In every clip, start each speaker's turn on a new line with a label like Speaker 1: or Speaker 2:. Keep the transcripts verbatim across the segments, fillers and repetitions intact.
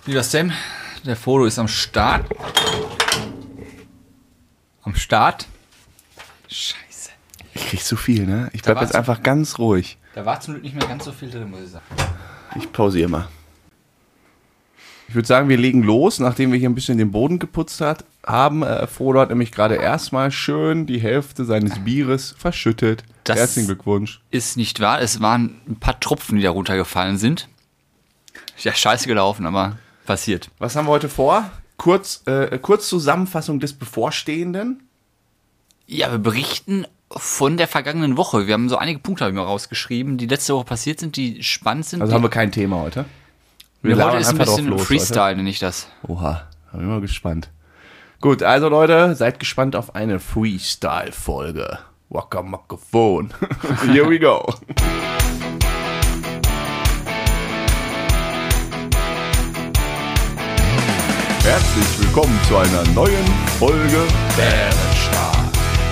Speaker 1: Lieber Sam, der Frodo ist am Start. Am Start. Scheiße.
Speaker 2: Ich krieg zu viel, ne? Ich bleib jetzt einfach ganz ruhig.
Speaker 1: Da war zum Glück nicht mehr ganz so viel drin, muss ich sagen.
Speaker 2: Ich pausiere mal. Ich würde sagen, wir legen los, nachdem wir hier ein bisschen den Boden geputzt hat, haben. Äh, Frodo hat nämlich gerade erstmal schön die Hälfte seines Bieres verschüttet.
Speaker 1: Das
Speaker 2: Herzlichen Glückwunsch.
Speaker 1: Ist nicht wahr. Es waren ein paar Tropfen, die da runtergefallen sind. Ja, scheiße gelaufen, aber passiert.
Speaker 2: Was haben wir heute vor? Kurz, äh, kurz Zusammenfassung des Bevorstehenden.
Speaker 1: Ja, wir berichten von der vergangenen Woche. Wir haben so einige Punkte habe ich mal rausgeschrieben, die letzte Woche passiert sind, die spannend sind.
Speaker 2: Also haben wir kein Thema heute.
Speaker 1: Wir heute ist ein bisschen Freestyle, nenne ich das.
Speaker 2: Oha, bin mal gespannt. Gut, also Leute, seid gespannt auf eine Freestyle-Folge. Waka Makaphone. Here we go. Herzlich willkommen zu einer neuen Folge Bärenstark.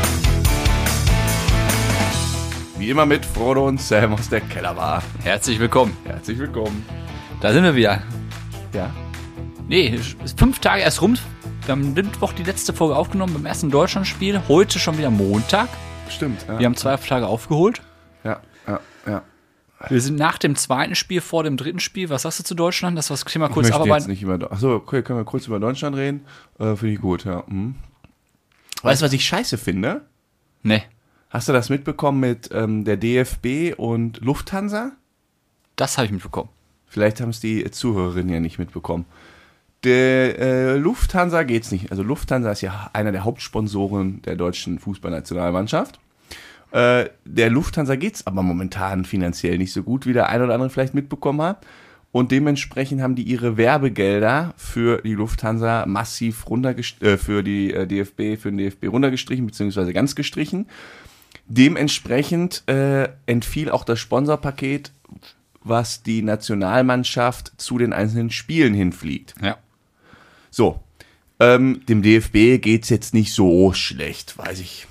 Speaker 2: Wie immer mit Frodo und Sam aus der Kellerbar.
Speaker 1: Herzlich willkommen.
Speaker 2: Herzlich willkommen.
Speaker 1: Da sind wir wieder.
Speaker 2: Ja.
Speaker 1: Nee, ist fünf Tage erst rum. Wir haben Mittwoch die letzte Folge aufgenommen beim ersten Deutschlandspiel. Heute schon wieder Montag.
Speaker 2: Stimmt. Ja.
Speaker 1: Wir haben zwei Tage aufgeholt.
Speaker 2: Ja, ja, ja.
Speaker 1: Wir sind nach dem zweiten Spiel, vor dem dritten Spiel. Was sagst du zu Deutschland? Das war das Thema kurz
Speaker 2: ich möchte
Speaker 1: abarbeiten.
Speaker 2: Jetzt nicht über, achso, okay, können wir kurz über Deutschland reden? Äh, Finde ich gut, ja. Mhm. Weißt du, was ich scheiße finde?
Speaker 1: Nee.
Speaker 2: Hast du das mitbekommen mit ähm, der D F B und Lufthansa?
Speaker 1: Das habe ich mitbekommen.
Speaker 2: Vielleicht haben es die Zuhörerinnen ja nicht mitbekommen. Der äh, Lufthansa geht's nicht. Also Lufthansa ist ja einer der Hauptsponsoren der deutschen Fußballnationalmannschaft. Äh, der Lufthansa geht's aber momentan finanziell nicht so gut, wie der ein oder andere vielleicht mitbekommen hat. Und dementsprechend haben die ihre Werbegelder für die Lufthansa massiv runtergestrichen, äh, für die äh, D F B, für den D F B runtergestrichen, beziehungsweise ganz gestrichen. Dementsprechend äh, entfiel auch das Sponsorpaket, was die Nationalmannschaft zu den einzelnen Spielen hinfliegt.
Speaker 1: Ja.
Speaker 2: So, ähm, dem D F B geht's jetzt nicht so schlecht, weiß ich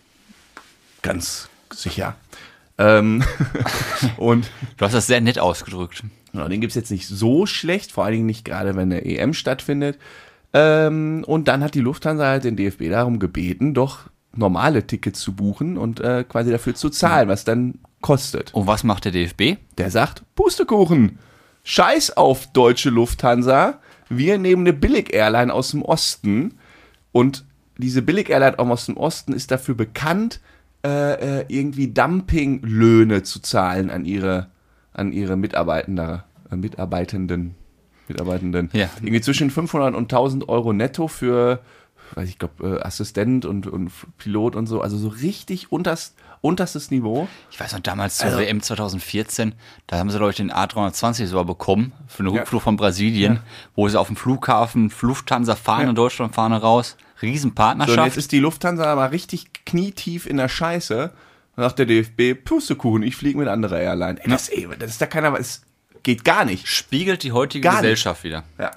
Speaker 2: ganz sicher. Ähm, und
Speaker 1: du hast das sehr nett ausgedrückt.
Speaker 2: Genau, den gibt's jetzt nicht so schlecht, vor allen Dingen nicht gerade, wenn eine E M stattfindet. Ähm, und dann hat die Lufthansa halt den D F B darum gebeten, doch normale Tickets zu buchen und äh, quasi dafür zu zahlen, was dann kostet.
Speaker 1: Und was macht der D F B?
Speaker 2: Der sagt, Pustekuchen, scheiß auf deutsche Lufthansa, wir nehmen eine Billig-Airline aus dem Osten und diese Billig-Airline aus dem Osten ist dafür bekannt, äh, irgendwie Dumpinglöhne zu zahlen an ihre, an ihre Mitarbeitende, äh, Mitarbeitenden. Mitarbeitenden.
Speaker 1: Ja.
Speaker 2: Irgendwie zwischen fünfhundert und tausend Euro netto für, weiß ich glaube, äh, Assistent und, und Pilot und so, also so richtig unterst, unterstes Niveau.
Speaker 1: Ich weiß noch, damals zur
Speaker 2: Also,
Speaker 1: W M zwanzig vierzehn, da haben sie, glaube ich, den A dreihundertzwanzig sogar bekommen, für einen
Speaker 2: Ja.
Speaker 1: Rückflug von Brasilien,
Speaker 2: Ja.
Speaker 1: wo sie auf dem Flughafen Lufthansa-Fahne,
Speaker 2: Ja.
Speaker 1: Deutschland-Fahne raus,
Speaker 2: So,
Speaker 1: Riesenpartnerschaft.
Speaker 2: und jetzt ist die Lufthansa mal richtig knietief in der Scheiße. Dann sagt der D F B, Pustekuchen, ich fliege mit anderer Airline. Ey, das, ey, das ist da keiner, es geht gar nicht.
Speaker 1: Spiegelt die heutige
Speaker 2: Gar
Speaker 1: Gesellschaft wieder.
Speaker 2: Ja.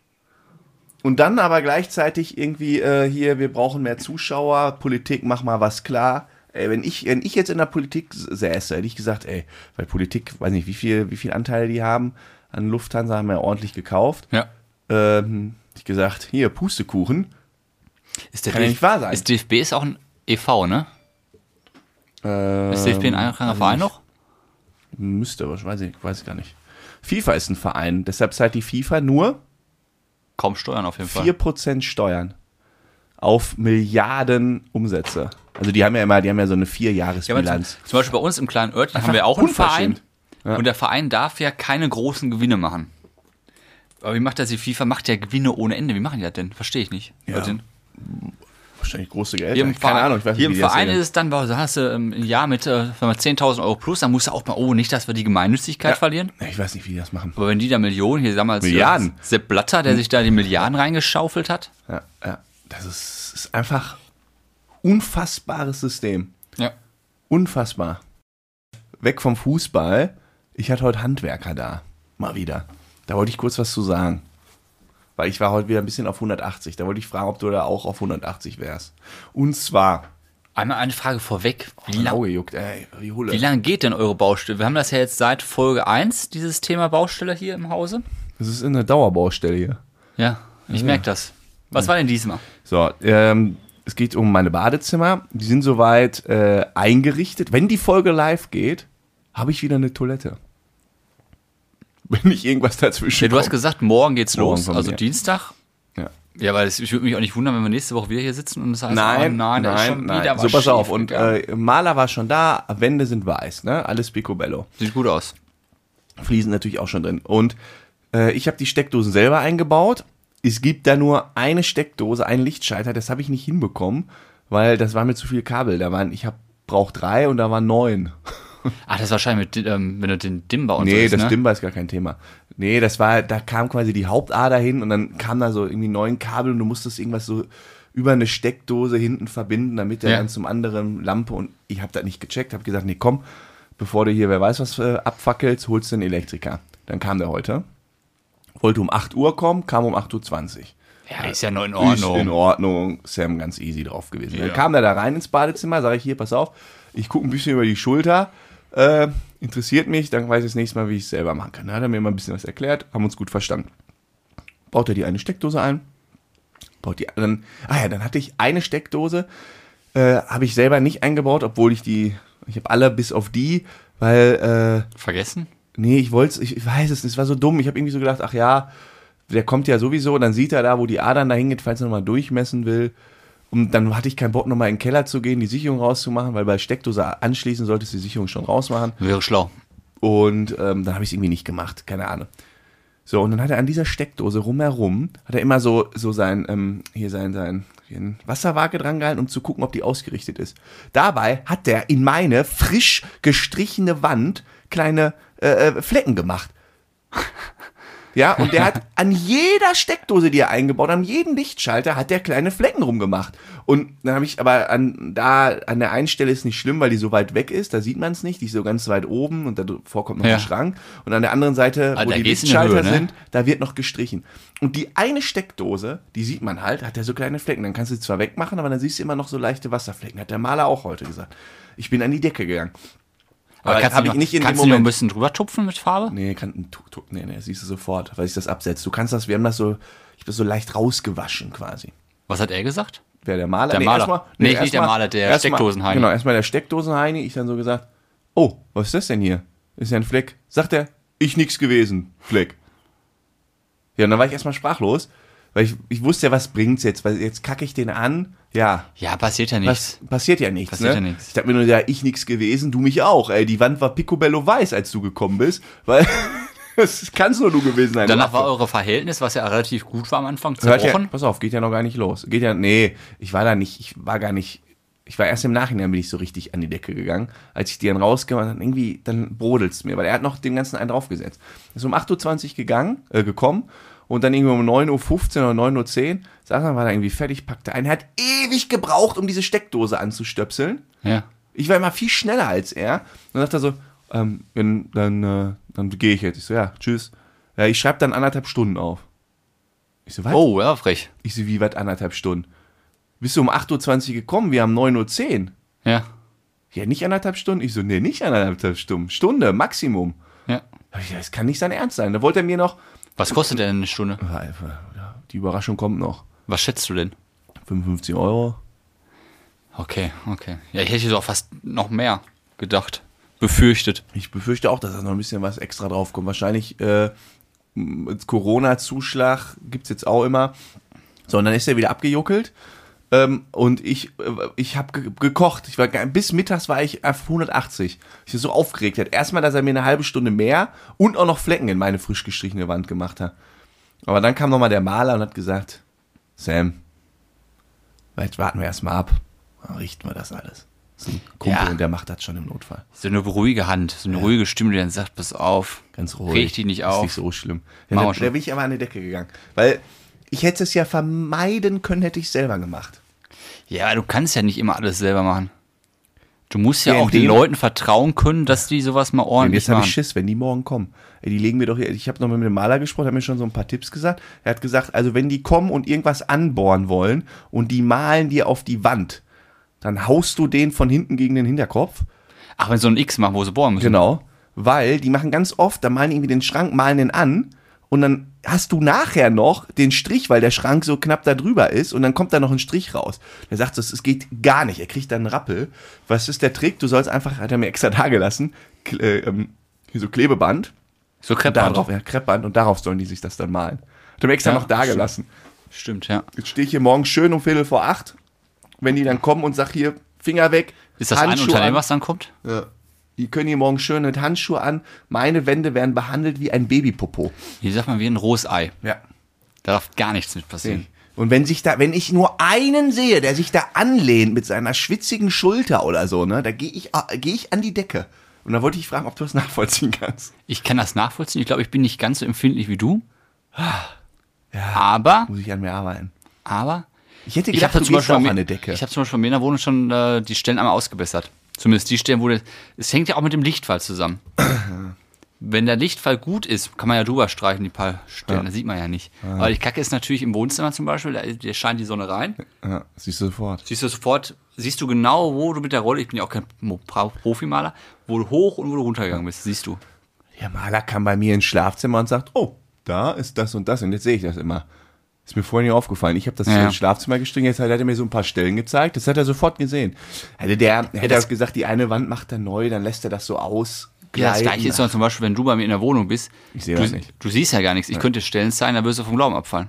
Speaker 2: Und dann aber gleichzeitig irgendwie äh, hier, wir brauchen mehr Zuschauer, Politik, mach mal was klar. Ey, wenn ich, wenn ich jetzt in der Politik säße, hätte ich gesagt, ey, weil Politik, weiß nicht, wie viel, wie viel Anteile die haben an Lufthansa, haben wir ja ordentlich gekauft.
Speaker 1: Ja.
Speaker 2: Ähm, hab ich gesagt, hier, Pustekuchen.
Speaker 1: Ist der
Speaker 2: Kann ja
Speaker 1: D F-
Speaker 2: nicht wahr sein.
Speaker 1: Ist D F B ist auch ein E V, ne?
Speaker 2: Ähm,
Speaker 1: Ist D F B ein eingetragener Verein noch?
Speaker 2: Müsste, aber weiß ich, weiß ich gar nicht. FIFA ist ein Verein, deshalb zahlt die FIFA nur
Speaker 1: Kaum Steuern auf jeden
Speaker 2: vier
Speaker 1: Fall.
Speaker 2: Prozent Steuern auf Milliarden Umsätze. Also die haben ja immer, die haben ja so eine
Speaker 1: Ja, aber
Speaker 2: Vierjahresbilanz.
Speaker 1: zum, zum Beispiel bei uns im kleinen Örtchen
Speaker 2: Einfach
Speaker 1: haben wir auch einen Verein.
Speaker 2: unverschämt. Ja.
Speaker 1: Und der Verein darf ja keine großen Gewinne machen. Aber wie macht das die FIFA? Macht ja Gewinne ohne Ende. Wie machen die das denn? Verstehe ich nicht.
Speaker 2: Ja.
Speaker 1: Leute.
Speaker 2: Wahrscheinlich große Geld.
Speaker 1: Hier im
Speaker 2: Keine
Speaker 1: Verein,
Speaker 2: Ahnung, ich weiß
Speaker 1: hier
Speaker 2: nicht,
Speaker 1: im
Speaker 2: wie die das
Speaker 1: Verein
Speaker 2: regeln.
Speaker 1: ist es dann, da hast du ähm, ein Jahr mit äh, zehntausend Euro plus, dann musst du auch mal, oh, nicht, dass wir die Gemeinnützigkeit
Speaker 2: Ja.
Speaker 1: verlieren.
Speaker 2: Ja, ich weiß nicht, wie die das machen.
Speaker 1: Aber wenn die da Millionen, hier sagen wir als
Speaker 2: Milliarden.
Speaker 1: äh, Sepp Blatter, der sich da die Milliarden reingeschaufelt hat.
Speaker 2: Ja, ja. Das ist, ist einfach unfassbares System.
Speaker 1: Ja.
Speaker 2: Unfassbar. Weg vom Fußball. Ich hatte heute Handwerker da. Mal wieder. Da wollte ich kurz was zu sagen. Weil ich war heute wieder ein bisschen auf hundertachtzig. Da wollte ich fragen, ob du da auch auf hundertachtzig wärst. Und zwar...
Speaker 1: Einmal eine Frage vorweg. Wie,
Speaker 2: Mein
Speaker 1: lang,
Speaker 2: Auge juckt, ey, wie Hulle.
Speaker 1: wie lange geht denn eure Baustelle? Wir haben das ja jetzt seit Folge eins, dieses Thema Baustelle hier im Hause.
Speaker 2: Das ist eine Dauerbaustelle hier.
Speaker 1: Ja, ich
Speaker 2: Ja.
Speaker 1: merke das. Was war denn diesmal?
Speaker 2: So, ähm, es geht um meine Badezimmer. Die sind soweit äh, eingerichtet. Wenn die Folge live geht, habe ich wieder eine Toilette. Wenn nicht irgendwas dazwischen
Speaker 1: Ja, du hast
Speaker 2: kommt.
Speaker 1: gesagt, morgen geht's
Speaker 2: Morgen
Speaker 1: los,
Speaker 2: von
Speaker 1: also
Speaker 2: mir.
Speaker 1: Dienstag.
Speaker 2: Ja.
Speaker 1: Ja, weil es, ich würde mich auch nicht wundern, wenn wir nächste Woche wieder hier sitzen und es heißt,
Speaker 2: Nein,
Speaker 1: oh nein, da ist
Speaker 2: nein,
Speaker 1: schon wieder
Speaker 2: nein.
Speaker 1: was
Speaker 2: So, pass
Speaker 1: schief
Speaker 2: auf. Und
Speaker 1: gegangen.
Speaker 2: äh, Maler war schon da, Wände sind weiß, ne? Alles picobello.
Speaker 1: Sieht gut aus.
Speaker 2: Fliesen natürlich auch schon drin. Und äh, ich habe die Steckdosen selber eingebaut. Es gibt da nur eine Steckdose, einen Lichtschalter. Das habe ich nicht hinbekommen, weil das war mir zu viel Kabel. Da waren, ich habe brauch drei und da waren neun.
Speaker 1: Ach, das ist wahrscheinlich mit, ähm, wenn du den Dimmer und so
Speaker 2: Nee,
Speaker 1: ist,
Speaker 2: das
Speaker 1: ne?
Speaker 2: Dimmer ist gar kein Thema. Nee, das war, da kam quasi die Hauptader hin und dann kam da so irgendwie neun Kabel und du musstest irgendwas so über eine Steckdose hinten verbinden, damit der
Speaker 1: Ja.
Speaker 2: dann zum anderen Lampe und ich habe das nicht gecheckt, habe gesagt, nee, komm, bevor du hier, wer weiß was, äh, abfackelst, holst du einen Elektriker. Dann kam der heute, wollte um acht Uhr kommen, kam um acht Uhr zwanzig.
Speaker 1: Ja, ist ja noch in
Speaker 2: Ist
Speaker 1: Ordnung.
Speaker 2: in Ordnung, Sam ganz easy drauf gewesen.
Speaker 1: Ja.
Speaker 2: Dann kam der da rein ins Badezimmer, sage ich, hier, pass auf, ich gucke ein bisschen über die Schulter, äh, interessiert mich, dann weiß ich das nächste Mal, wie ich es selber machen kann. Dann hat er mir mal ein bisschen was erklärt, haben uns gut verstanden. Baut er die eine Steckdose ein, baut die dann, ah ja, dann hatte ich eine Steckdose, äh, habe ich selber nicht eingebaut, obwohl ich die, ich habe alle bis auf die, weil, äh,
Speaker 1: Vergessen?
Speaker 2: nee, ich wollte ich, ich weiß es nicht, es war so dumm. Ich habe irgendwie so gedacht, ach ja, der kommt ja sowieso und dann sieht er da, wo die Adern da hingeht, falls er nochmal durchmessen will. Und dann hatte ich keinen Bock, nochmal in den Keller zu gehen, die Sicherung rauszumachen, weil bei Steckdose anschließen solltest du die Sicherung schon rausmachen.
Speaker 1: Wäre schlau.
Speaker 2: Und ähm, dann habe ich es irgendwie nicht gemacht, keine Ahnung. So, und dann hat er an dieser Steckdose rumherum, hat er immer so, so sein, ähm, hier sein, sein, hier ein Wasserwaage dran gehalten, um zu gucken, ob die ausgerichtet ist. Dabei hat der in meine frisch gestrichene Wand kleine äh, äh, Flecken gemacht. Ja, und der hat an jeder Steckdose, die er eingebaut hat, an jedem Lichtschalter, hat der kleine Flecken rumgemacht. Und dann habe ich aber an, da, an der einen Stelle ist nicht schlimm, weil die so weit weg ist, da sieht man es nicht, die ist so ganz weit oben und davor kommt noch
Speaker 1: Ja.
Speaker 2: ein Schrank. Und an der anderen Seite,
Speaker 1: Ah,
Speaker 2: wo
Speaker 1: da
Speaker 2: die
Speaker 1: geht's in die
Speaker 2: Lichtschalter
Speaker 1: Höhe, ne?
Speaker 2: sind, da wird noch gestrichen. Und die eine Steckdose, die sieht man halt, hat ja so kleine Flecken. Dann kannst du sie zwar wegmachen, aber dann siehst du immer noch so leichte Wasserflecken. Hat der Maler auch heute gesagt. Ich bin an die Decke gegangen. Aber
Speaker 1: kannst
Speaker 2: hab
Speaker 1: du
Speaker 2: ich
Speaker 1: noch-
Speaker 2: nicht in dem
Speaker 1: kannst du noch ein
Speaker 2: Moment.
Speaker 1: bisschen drüber tupfen mit Farbe?
Speaker 2: Nee, kann, tu, tu, nee, nee, siehst du sofort, weil ich das absetze. Du kannst das, wir haben das so, ich habe das so leicht rausgewaschen quasi.
Speaker 1: Was hat er gesagt?
Speaker 2: Wer, der Maler?
Speaker 1: Der Maler.
Speaker 2: erstmal-
Speaker 1: Nee,
Speaker 2: erstmal-
Speaker 1: nicht der Maler, der
Speaker 2: erstmal-
Speaker 1: Steckdosenheini.
Speaker 2: Genau, erstmal der Steckdosenheini. Ich dann so gesagt, oh, was ist das denn hier? Ist ja ein Fleck. Sagt er, ich nix gewesen, Fleck. Ja, und dann war ich erstmal sprachlos, weil ich, ich wusste ja, was bringt's jetzt, weil jetzt kacke ich den an. Ja,
Speaker 1: Ja, passiert ja nichts.
Speaker 2: was, passiert ja nichts.
Speaker 1: Passiert
Speaker 2: ne?
Speaker 1: ja nichts.
Speaker 2: Ich dachte mir nur, ja, ich nix gewesen, du mich auch. Ey, die Wand war picobello weiß, als du gekommen bist, weil das kannst nur du gewesen sein.
Speaker 1: Danach
Speaker 2: du
Speaker 1: war
Speaker 2: Affe.
Speaker 1: eure Verhältnis, was ja relativ gut war am Anfang,
Speaker 2: Hört ja,
Speaker 1: zerbrochen.
Speaker 2: pass auf, geht ja noch gar nicht los. Geht ja, nee, ich war da nicht, ich war gar nicht, ich war erst im Nachhinein bin ich so richtig an die Decke gegangen. Als ich die dann rausgemacht habe, irgendwie, dann brodelt's mir, weil er hat noch den ganzen einen draufgesetzt. Ist um acht Uhr zwanzig gegangen, äh, gekommen und dann irgendwie um neun Uhr fünfzehn oder neun Uhr zehn, saß er, war da irgendwie fertig, packte ein. Er hat ewig gebraucht, um diese Steckdose anzustöpseln.
Speaker 1: Ja.
Speaker 2: Ich war immer viel schneller als er. Dann sagt er so, ähm, wenn, dann, äh, dann gehe ich jetzt. Ich so, ja, tschüss. Ja, ich schreibe dann anderthalb Stunden auf. Ich so, was?
Speaker 1: Oh, ja, frech.
Speaker 2: Ich so, wie, was, anderthalb Stunden? Bist du um acht Uhr zwanzig gekommen? Wir haben neun Uhr zehn.
Speaker 1: Ja.
Speaker 2: Ja, nicht anderthalb Stunden? Ich so, nee, nicht anderthalb Stunden. Stunde, Maximum.
Speaker 1: Ja.
Speaker 2: Ja, das kann nicht sein Ernst sein. Da wollte er mir noch,
Speaker 1: Was kostet denn eine Stunde?
Speaker 2: ja, die Überraschung kommt noch.
Speaker 1: Was schätzt du denn?
Speaker 2: fünfundfünfzig Euro.
Speaker 1: Okay, okay. Ja, ich hätte so auch fast noch mehr gedacht. Befürchtet.
Speaker 2: Ich befürchte auch, dass da noch ein bisschen was extra drauf kommt. Wahrscheinlich äh, Corona-Zuschlag gibt es jetzt auch immer. So, und dann ist er wieder abgejuckelt. Ähm, und ich, äh, ich habe ge gekocht. Ich war, bis mittags war ich auf hundertachtzig. Ich war so aufgeregt. Hat erstmal, dass er mir eine halbe Stunde mehr und auch noch Flecken in meine frisch gestrichene Wand gemacht hat. Aber dann kam nochmal der Maler und hat gesagt, Sam, jetzt warten wir erstmal ab. Dann richten wir das alles. Das ist ein Kumpel
Speaker 1: Ja.
Speaker 2: und der macht das schon im Notfall.
Speaker 1: So eine ruhige Hand, so eine ruhige Stimme, die dann sagt, pass auf.
Speaker 2: Ganz ruhig.
Speaker 1: Reg dich nicht
Speaker 2: Ist
Speaker 1: auf.
Speaker 2: nicht so schlimm. Ja,
Speaker 1: Machen wir
Speaker 2: da,
Speaker 1: schon.
Speaker 2: da bin ich aber an die Decke gegangen. Weil ich hätte es ja vermeiden können, hätte ich es selber gemacht.
Speaker 1: Ja, du kannst ja nicht immer alles selber machen. Du musst ja,
Speaker 2: Ja,
Speaker 1: auch den
Speaker 2: indem-
Speaker 1: Leuten vertrauen können, dass die sowas mal
Speaker 2: Und
Speaker 1: ordentlich
Speaker 2: jetzt habe
Speaker 1: machen.
Speaker 2: ich Schiss, wenn die morgen kommen. Ey, die legen mir doch hier, ich habe noch mit dem Maler gesprochen, hat mir schon so ein paar Tipps gesagt. Er hat gesagt, also wenn die kommen und irgendwas anbohren wollen und die malen dir auf die Wand, dann haust du den von hinten gegen den Hinterkopf.
Speaker 1: Ach, wenn sie so ein X machen, wo sie bohren müssen.
Speaker 2: Genau. Weil die machen ganz oft, da malen die irgendwie den Schrank, malen den an und dann hast du nachher noch den Strich, weil der Schrank so knapp da drüber ist und dann kommt da noch ein Strich raus. Der sagt, es geht gar nicht. Er kriegt dann einen Rappel. Was ist der Trick? Du sollst einfach, hat er mir extra da gelassen, Kle- äh, ähm, hier so Klebeband.
Speaker 1: So
Speaker 2: Und
Speaker 1: Kreppband.
Speaker 2: darauf, ja, Kreppband und darauf sollen die sich das dann malen. Hat er mir extra
Speaker 1: Ja,
Speaker 2: noch da
Speaker 1: stimmt.
Speaker 2: gelassen.
Speaker 1: Stimmt, ja.
Speaker 2: Jetzt stehe ich hier morgen schön um Viertel vor acht, wenn die dann kommen und sag hier, Finger weg,
Speaker 1: Ist das ein
Speaker 2: Handschuhe
Speaker 1: Unternehmen,
Speaker 2: an.
Speaker 1: was dann kommt?
Speaker 2: Ja. Die können hier morgen schön mit Handschuhe an. Meine Wände werden behandelt wie ein Babypopo.
Speaker 1: Wie sagt man, wie ein rohes Ei.
Speaker 2: Ja.
Speaker 1: Da darf gar nichts mit passieren.
Speaker 2: Und wenn sich da, wenn ich nur einen sehe, der sich da anlehnt mit seiner schwitzigen Schulter oder so, ne, da gehe ich, äh, gehe ich an die Decke. Und da wollte ich fragen, ob du das nachvollziehen kannst.
Speaker 1: Ich kann das nachvollziehen. Ich glaube, ich bin nicht ganz so empfindlich wie du.
Speaker 2: Ja.
Speaker 1: Aber,
Speaker 2: Muss ich an mir arbeiten.
Speaker 1: aber,
Speaker 2: Ich hätte
Speaker 1: ich
Speaker 2: gedacht,
Speaker 1: habe
Speaker 2: du
Speaker 1: zum
Speaker 2: gehst
Speaker 1: Beispiel
Speaker 2: auch
Speaker 1: an
Speaker 2: an
Speaker 1: mir-
Speaker 2: eine Decke.
Speaker 1: ich habe zum Beispiel bei mir in der Wohnung schon äh, die Stellen einmal ausgebessert. Zumindest die Stellen, wo das, es hängt ja auch mit dem Lichtfall zusammen. Wenn der Lichtfall gut ist, kann man ja drüber streichen, die paar Stellen,
Speaker 2: Ja.
Speaker 1: das sieht man ja nicht. Aber die Kacke ist natürlich im Wohnzimmer zum Beispiel, da, da scheint die Sonne rein.
Speaker 2: Ja, siehst du sofort.
Speaker 1: Siehst du sofort, siehst du genau, wo du mit der Rolle, ich bin ja auch kein Mo- Pro- Profimaler, wo du hoch und wo du runtergegangen bist, siehst du.
Speaker 2: Der Maler kam bei mir ins Schlafzimmer und sagt, oh, da ist das und das. Und jetzt sehe ich das immer. Ist mir vorhin nicht aufgefallen. Ich habe das
Speaker 1: Ja.
Speaker 2: ins Schlafzimmer gestrichen, jetzt hat er mir so ein paar Stellen gezeigt. Das hat er sofort gesehen. Hätte der, hätte
Speaker 1: das-
Speaker 2: er gesagt, die eine Wand macht er neu, dann lässt er das so aus.
Speaker 1: Ja, das gleiche ist doch zum Beispiel, wenn du bei mir in der Wohnung bist.
Speaker 2: Ich sehe
Speaker 1: du,
Speaker 2: das nicht.
Speaker 1: Du siehst ja gar nichts. Ich könnte Stellen zeigen, da wirst du vom Glauben abfallen.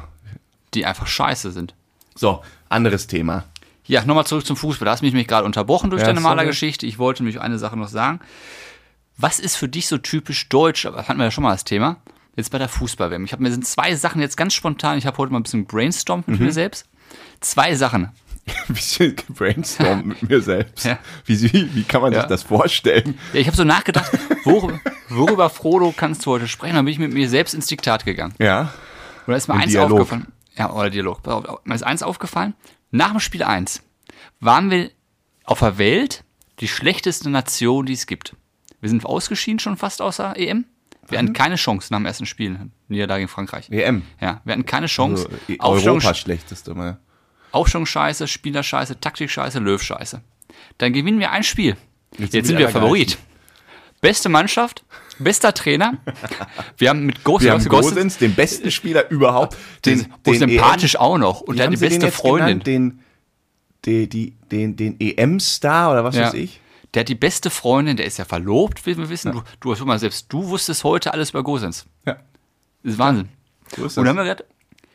Speaker 1: Die einfach scheiße sind.
Speaker 2: So, anderes Thema.
Speaker 1: Ja, nochmal zurück zum Fußball. Da hast du mich nämlich gerade unterbrochen durch
Speaker 2: Ja,
Speaker 1: deine
Speaker 2: sorry.
Speaker 1: Malergeschichte. Ich wollte nämlich eine Sache noch sagen. Was ist für dich so typisch deutsch? Das hatten wir ja schon mal das Thema. Jetzt bei der Fußball-W M. Ich habe mir sind zwei Sachen jetzt ganz spontan. Ich habe heute mal ein bisschen brainstormt mit
Speaker 2: Mhm.
Speaker 1: mir selbst. Zwei Sachen.
Speaker 2: Ein bisschen gebrainstormt mit mir selbst.
Speaker 1: Ja.
Speaker 2: Wie, wie, wie kann man
Speaker 1: Ja.
Speaker 2: sich das vorstellen?
Speaker 1: Ja, ich habe so nachgedacht, worüber, worüber, Frodo, kannst du heute sprechen? Dann bin ich mit mir selbst ins Diktat gegangen.
Speaker 2: Ja.
Speaker 1: Und da ist mir
Speaker 2: Im
Speaker 1: eins
Speaker 2: Dialog.
Speaker 1: aufgefallen. Ja, oder Dialog. Pass auf, Mir ist eins aufgefallen. Nach dem Spiel eins waren wir auf der Welt die schlechteste Nation, die es gibt. Wir sind ausgeschieden schon fast aus der E M. Wir hatten keine Chance nach dem ersten Spiel. Niederlage gegen Frankreich.
Speaker 2: E M.
Speaker 1: Ja, wir hatten keine Chance.
Speaker 2: Also, e-
Speaker 1: Aufstellung,
Speaker 2: Europas schlechteste mal.
Speaker 1: Aufstellung scheiße, Spieler scheiße, Taktik scheiße, Löw scheiße. Dann gewinnen wir ein Spiel. Jetzt,
Speaker 2: sind
Speaker 1: sind
Speaker 2: wir
Speaker 1: wir Favorit. Beste Mannschaft, bester Trainer. Wir haben mit Gosens,
Speaker 2: Wir haben Gosens, den besten Spieler überhaupt.
Speaker 1: den, den sympathisch auch noch. Und der hat die
Speaker 2: haben sie den
Speaker 1: beste
Speaker 2: jetzt
Speaker 1: Freundin.
Speaker 2: genannt? Den, die, die, den, den E M-Star oder was
Speaker 1: Ja.
Speaker 2: weiß ich?
Speaker 1: Der hat die beste Freundin, der ist ja verlobt, wie wir wissen. Du, du hast mal selbst, du wusstest heute alles über Gosens.
Speaker 2: Ja.
Speaker 1: Das ist Wahnsinn.
Speaker 2: So ist
Speaker 1: Und dann
Speaker 2: das.
Speaker 1: haben wir gesagt,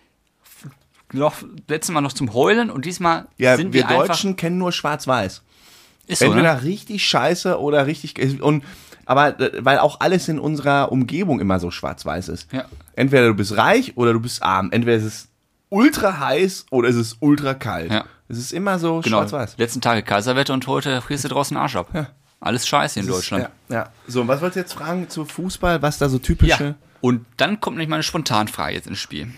Speaker 1: noch, letztes Mal noch zum Heulen und diesmal
Speaker 2: Ja,
Speaker 1: sind
Speaker 2: wir
Speaker 1: wir, einfach.
Speaker 2: Deutschen kennen nur Schwarz-Weiß.
Speaker 1: Ist so,
Speaker 2: Entweder
Speaker 1: ne?
Speaker 2: richtig scheiße oder richtig. Und, aber äh, weil auch alles in unserer Umgebung immer so schwarz-weiß ist.
Speaker 1: Ja.
Speaker 2: Entweder du bist reich oder du bist arm. Entweder ist es ultra heiß oder ist es ist ultra kalt.
Speaker 1: Ja.
Speaker 2: Es ist immer so
Speaker 1: Genau.
Speaker 2: schwarz-weiß.
Speaker 1: Letzten Tage Kaiserwetter und heute frierst du draußen den Arsch ab.
Speaker 2: Ja.
Speaker 1: Alles scheiße in
Speaker 2: Das ist-
Speaker 1: Deutschland.
Speaker 2: Ja, ja. So, und was wolltest du jetzt fragen zu Fußball? Was da so typische.
Speaker 1: Ja. Und dann kommt nämlich meine Spontanfrage jetzt ins Spiel.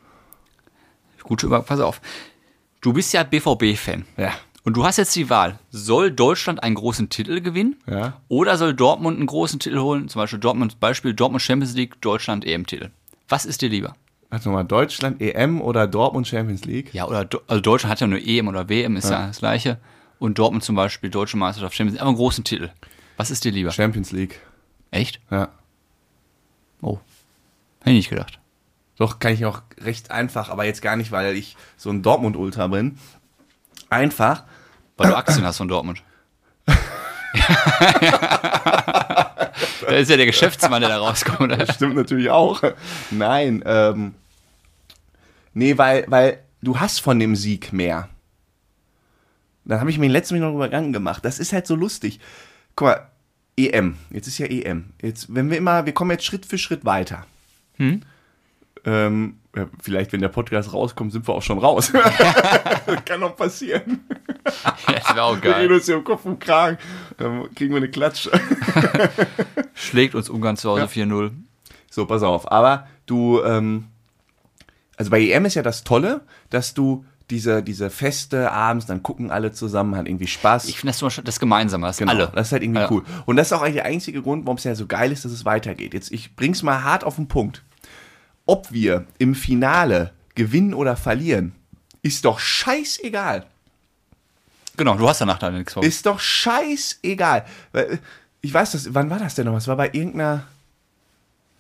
Speaker 1: Gut, über, pass auf. Du bist ja B V B-Fan.
Speaker 2: Ja.
Speaker 1: Und du hast jetzt die Wahl, soll Deutschland einen großen Titel gewinnen
Speaker 2: Ja.
Speaker 1: oder soll Dortmund einen großen Titel holen? Zum Beispiel Dortmund, Beispiel Dortmund Champions League, Deutschland E M-Titel. Was ist dir lieber?
Speaker 2: Also nochmal Deutschland E M oder Dortmund Champions League?
Speaker 1: Ja, oder Do- also Deutschland hat ja nur E M oder W M, ist ja, das gleiche. Und Dortmund zum Beispiel, Deutsche Meisterschaft, Champions League, aber einen großen Titel. Was ist dir lieber?
Speaker 2: Champions League.
Speaker 1: Echt?
Speaker 2: Ja.
Speaker 1: Oh. Hätte ich nicht gedacht.
Speaker 2: Doch, kann ich auch recht einfach, aber jetzt gar nicht, weil ich so ein Dortmund-Ultra bin. Einfach.
Speaker 1: Weil du Aktien hast von Dortmund. Da ist ja der Geschäftsmann, der da rauskommt. Oder?
Speaker 2: Stimmt natürlich auch. Nein, ähm. Nee, weil, weil du hast von dem Sieg mehr. Da habe ich mir letzten Mal noch drüber Gedanken gemacht. Das ist halt so lustig. Guck mal, E M. Jetzt ist ja E M. Jetzt, wenn wir immer, wir kommen jetzt Schritt für Schritt weiter.
Speaker 1: Hm?
Speaker 2: Ähm, ja, vielleicht, wenn der Podcast rauskommt, sind wir auch schon raus. Das kann noch passieren.
Speaker 1: Ja, das wäre auch
Speaker 2: Wir reden
Speaker 1: geil.
Speaker 2: uns hier im Kopf und Kragen. Dann kriegen wir eine Klatsche.
Speaker 1: Schlägt uns Ungarn zu Hause
Speaker 2: Ja.
Speaker 1: vier null.
Speaker 2: So, pass auf. Aber du, ähm, also bei E M ist ja das Tolle, dass du diese, diese Feste abends, dann gucken alle zusammen, hat irgendwie Spaß.
Speaker 1: Ich finde das, zum Beispiel das Gemeinsame, das
Speaker 2: Genau,
Speaker 1: alle.
Speaker 2: das ist halt irgendwie
Speaker 1: Ja.
Speaker 2: cool. Und das ist auch eigentlich der einzige Grund, warum es ja so geil ist, dass es weitergeht. Jetzt, ich bring's mal hart auf den Punkt. Ob wir im Finale gewinnen oder verlieren, ist doch scheißegal.
Speaker 1: Genau, du hast danach da nichts vor.
Speaker 2: Ist doch scheißegal. Weil, ich weiß das, wann war das denn noch? Es war bei irgendeiner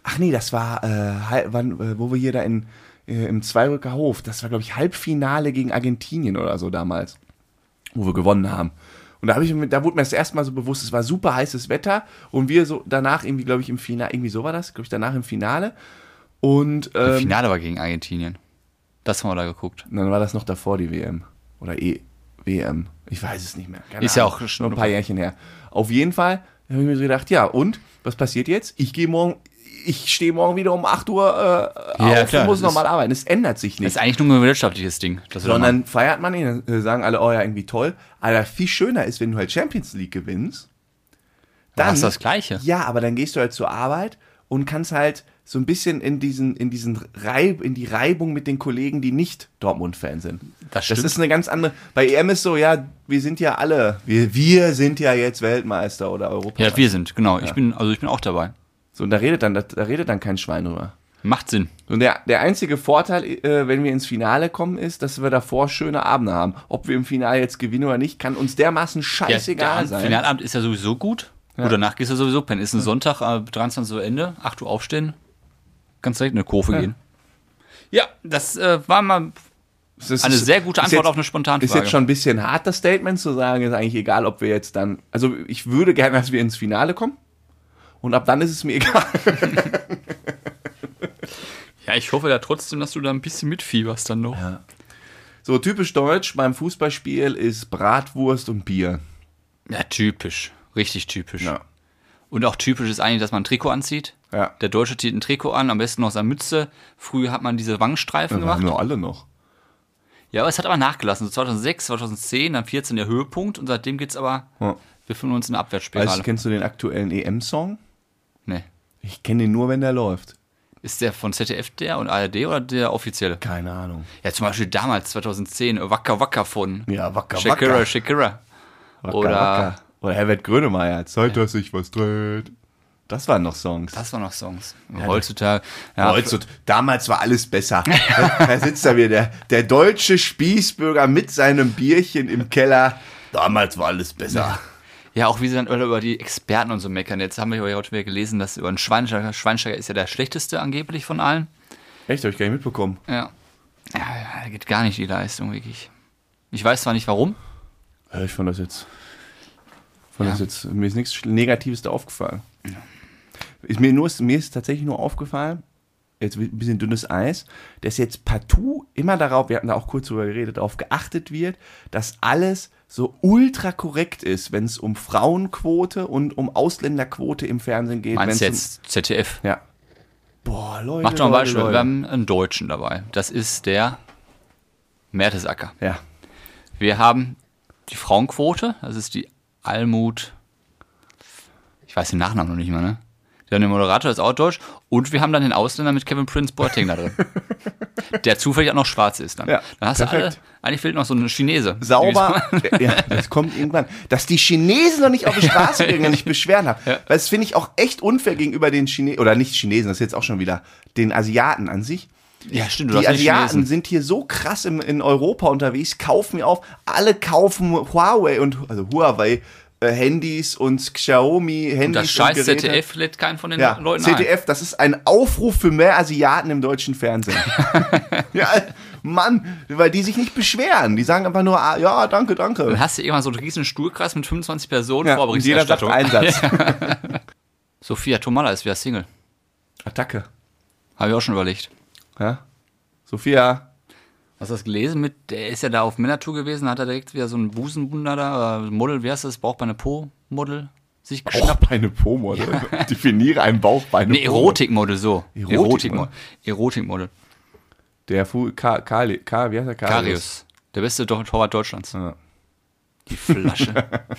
Speaker 2: ach nee, das war, äh, halb- wann, äh, wo wir hier da in, äh, im Zweirücker Hof, das war, glaube ich, Halbfinale gegen Argentinien oder so damals, wo wir gewonnen haben. Und da, hab ich, mir- da wurde mir das erste Mal so bewusst, es war super heißes Wetter und wir so danach irgendwie, glaube ich, im Finale, irgendwie so war das, glaube ich, danach im Finale. Und
Speaker 1: Das
Speaker 2: ähm,
Speaker 1: Finale war gegen Argentinien. Das haben wir da geguckt.
Speaker 2: dann war das noch davor die W M. Oder e W M. Ich weiß es nicht mehr. Keine
Speaker 1: Ist ja
Speaker 2: Ahnung.
Speaker 1: auch schon-
Speaker 2: noch ein paar Jährchen her. Auf jeden Fall habe ich mir so gedacht, ja, und? Was passiert jetzt? Ich gehe morgen, ich stehe morgen wieder um acht Uhr äh,
Speaker 1: Ja,
Speaker 2: auf
Speaker 1: klar,
Speaker 2: und muss
Speaker 1: das
Speaker 2: nochmal arbeiten. Es ändert sich
Speaker 1: Das
Speaker 2: nicht.
Speaker 1: ist eigentlich nur ein wirtschaftliches Ding. Das wir da
Speaker 2: Sondern feiert man ihn, dann äh, sagen alle, oh ja, irgendwie toll. Aber viel schöner ist, wenn du halt Champions League gewinnst.
Speaker 1: machen. Das ist das Gleiche.
Speaker 2: Ja, aber dann gehst du halt zur Arbeit und kannst halt so ein bisschen in diesen, in diesen Reib, in die Reibung mit den Kollegen, die nicht Dortmund-Fan sind.
Speaker 1: Das stimmt.
Speaker 2: Das ist eine ganz andere. Bei E M ist so, ja, wir sind ja alle, wir, wir sind ja jetzt Weltmeister oder Europameister.
Speaker 1: Ja, wir sind, genau. Ich bin, also ich bin auch dabei.
Speaker 2: So, und da redet dann, da, da redet dann kein Schwein drüber.
Speaker 1: Macht Sinn.
Speaker 2: Und der, der einzige Vorteil, äh, wenn wir ins Finale kommen, ist, dass wir davor schöne Abende haben. Ob wir im Finale jetzt gewinnen oder nicht, kann uns dermaßen scheißegal
Speaker 1: der
Speaker 2: sein.
Speaker 1: Finalabend ist ja sowieso gut. Gut, danach gehst du sowieso pennen. Ist ein Sonntag, äh, dreiundzwanzig Uhr Ende, acht Uhr aufstehen, kannst direkt in eine Kurve
Speaker 2: Ja.
Speaker 1: gehen. Ja, das äh, war mal
Speaker 2: Es ist-
Speaker 1: eine sehr gute
Speaker 2: ist
Speaker 1: Antwort
Speaker 2: jetzt-
Speaker 1: auf eine Spontanfrage.
Speaker 2: Ist jetzt schon ein bisschen hart, das Statement zu sagen, ist eigentlich egal, ob wir jetzt dann, also ich würde gerne, dass wir ins Finale kommen und ab dann ist es mir egal.
Speaker 1: Ja, ich hoffe ja trotzdem, dass du da ein bisschen mitfieberst dann noch.
Speaker 2: Ja. So typisch deutsch beim Fußballspiel ist Bratwurst und Bier.
Speaker 1: Ja, typisch. Richtig typisch.
Speaker 2: Ja.
Speaker 1: Und auch typisch ist eigentlich, dass man ein Trikot anzieht.
Speaker 2: Ja.
Speaker 1: Der Deutsche zieht ein Trikot an, am besten noch seine Mütze. Früher hat man diese Wangenstreifen
Speaker 2: Das haben
Speaker 1: gemacht.
Speaker 2: wir alle noch.
Speaker 1: Ja, aber es hat aber nachgelassen. So zweitausendsechs, zweitausendzehn, dann vierzehn der Höhepunkt und seitdem geht's aber,
Speaker 2: Ja.
Speaker 1: wir befinden uns in der Abwärtsspirale.
Speaker 2: Also, kennst du den aktuellen E M-Song?
Speaker 1: Nee.
Speaker 2: Ich kenne den nur, wenn der läuft.
Speaker 1: Ist der von Z D F der und A R D oder der offizielle?
Speaker 2: Keine Ahnung.
Speaker 1: Ja, zum Beispiel damals, zweitausendzehn, Waka Waka von
Speaker 2: Ja, Wacker,
Speaker 1: Shakira,
Speaker 2: Wacker.
Speaker 1: Shakira.
Speaker 2: Wacker,
Speaker 1: Oder-
Speaker 2: Wacker. Oder Herbert Grönemeyer. Zeit, dass sich was dreht. Das waren noch Songs.
Speaker 1: Das waren noch Songs. Heutzutage. Ja,
Speaker 2: Ja, Heutzutage, damals war alles besser. Da sitzt da wieder der, der deutsche Spießbürger mit seinem Bierchen im Keller. Damals war alles besser.
Speaker 1: Ja, auch wie sie dann über die Experten und so meckern. Jetzt haben wir ja heute wieder gelesen, dass über einen Schweinsteiger, Schweinsteiger ist ja der schlechteste angeblich von allen.
Speaker 2: Echt, hab ich gar nicht mitbekommen.
Speaker 1: Ja. Ja, ja, geht gar nicht die Leistung, wirklich. Ich weiß zwar nicht warum.
Speaker 2: Ja, ich fand das jetzt. Fand
Speaker 1: Ja.
Speaker 2: das jetzt mir ist nichts Negatives da aufgefallen. Ist mir, nur, mir ist tatsächlich nur aufgefallen, jetzt ein bisschen dünnes Eis, dass jetzt partout immer darauf, wir hatten da auch kurz drüber geredet, darauf geachtet wird, dass alles so ultra korrekt ist, wenn es um Frauenquote und um Ausländerquote im Fernsehen geht.
Speaker 1: Meinst du
Speaker 2: wenn's
Speaker 1: jetzt Z D F?
Speaker 2: Um, ja. Boah, Leute.
Speaker 1: Mach doch ein
Speaker 2: Leute,
Speaker 1: Beispiel.
Speaker 2: Leute.
Speaker 1: Wir haben einen Deutschen dabei. Das ist der Mertesacker.
Speaker 2: Ja.
Speaker 1: Wir haben die Frauenquote. Das ist die Almut. Ich weiß den Nachnamen noch nicht mal, ne? Der Moderator ist auch deutsch. Und wir haben dann den Ausländer mit Kevin Prince Boateng da drin. Der zufällig auch noch schwarz ist dann.
Speaker 2: Ja,
Speaker 1: Dann hast du alle,
Speaker 2: perfekt.
Speaker 1: eigentlich fehlt noch so eine Chinese.
Speaker 2: Sauber. Ja, das kommt irgendwann. Dass die Chinesen noch nicht auf die Straße gehen und nicht beschweren haben.
Speaker 1: Ja.
Speaker 2: Weil das finde ich auch echt unfair gegenüber den Chinesen, oder nicht Chinesen, das ist jetzt auch schon wieder, den Asiaten an sich.
Speaker 1: Ja, stimmt. Du
Speaker 2: Die
Speaker 1: hast nicht
Speaker 2: Asiaten
Speaker 1: Chinesen.
Speaker 2: sind hier so krass im, in Europa unterwegs, kaufen mir auf, alle kaufen Huawei und, also Huawei, äh, Handys und Xiaomi Handys
Speaker 1: Und das scheiß
Speaker 2: und
Speaker 1: Z
Speaker 2: Geräte.
Speaker 1: D F lädt keinen von den
Speaker 2: Ja,
Speaker 1: Leuten
Speaker 2: Z D
Speaker 1: ein.
Speaker 2: F, das ist ein Aufruf für mehr Asiaten im deutschen Fernsehen. Ja, Mann, weil die sich nicht beschweren. Die sagen einfach nur, ah, ja, danke, danke.
Speaker 1: Dann hast du irgendwann so einen riesen Stuhlkreis mit fünfundzwanzig Personen
Speaker 2: Ja,
Speaker 1: vor
Speaker 2: und jeder sagt
Speaker 1: Berichterstattung.
Speaker 2: Einsatz.
Speaker 1: Sophia Tomalla ist wieder Single.
Speaker 2: Attacke.
Speaker 1: Habe ich auch schon überlegt.
Speaker 2: Ja. Sophia.
Speaker 1: Hast du das gelesen? Mit, der ist ja da auf Männertour gewesen, hat er direkt wieder so ein Busenwunder da, oder Model, wie heißt das? Bauchbeine Po-Model sich geschnappt.
Speaker 2: Bauchbeine Po-Model. Definiere ein Bauchbeine
Speaker 1: Nee, Erotikmodel, so.
Speaker 2: Erotikmodel.
Speaker 1: Erotikmodel. Erotikmodel.
Speaker 2: Der Fu Ka Kali Ka wie heißt der? Karius.
Speaker 1: Karius. Der beste Dor- Torwart Deutschlands.
Speaker 2: Ja.
Speaker 1: Die Flasche.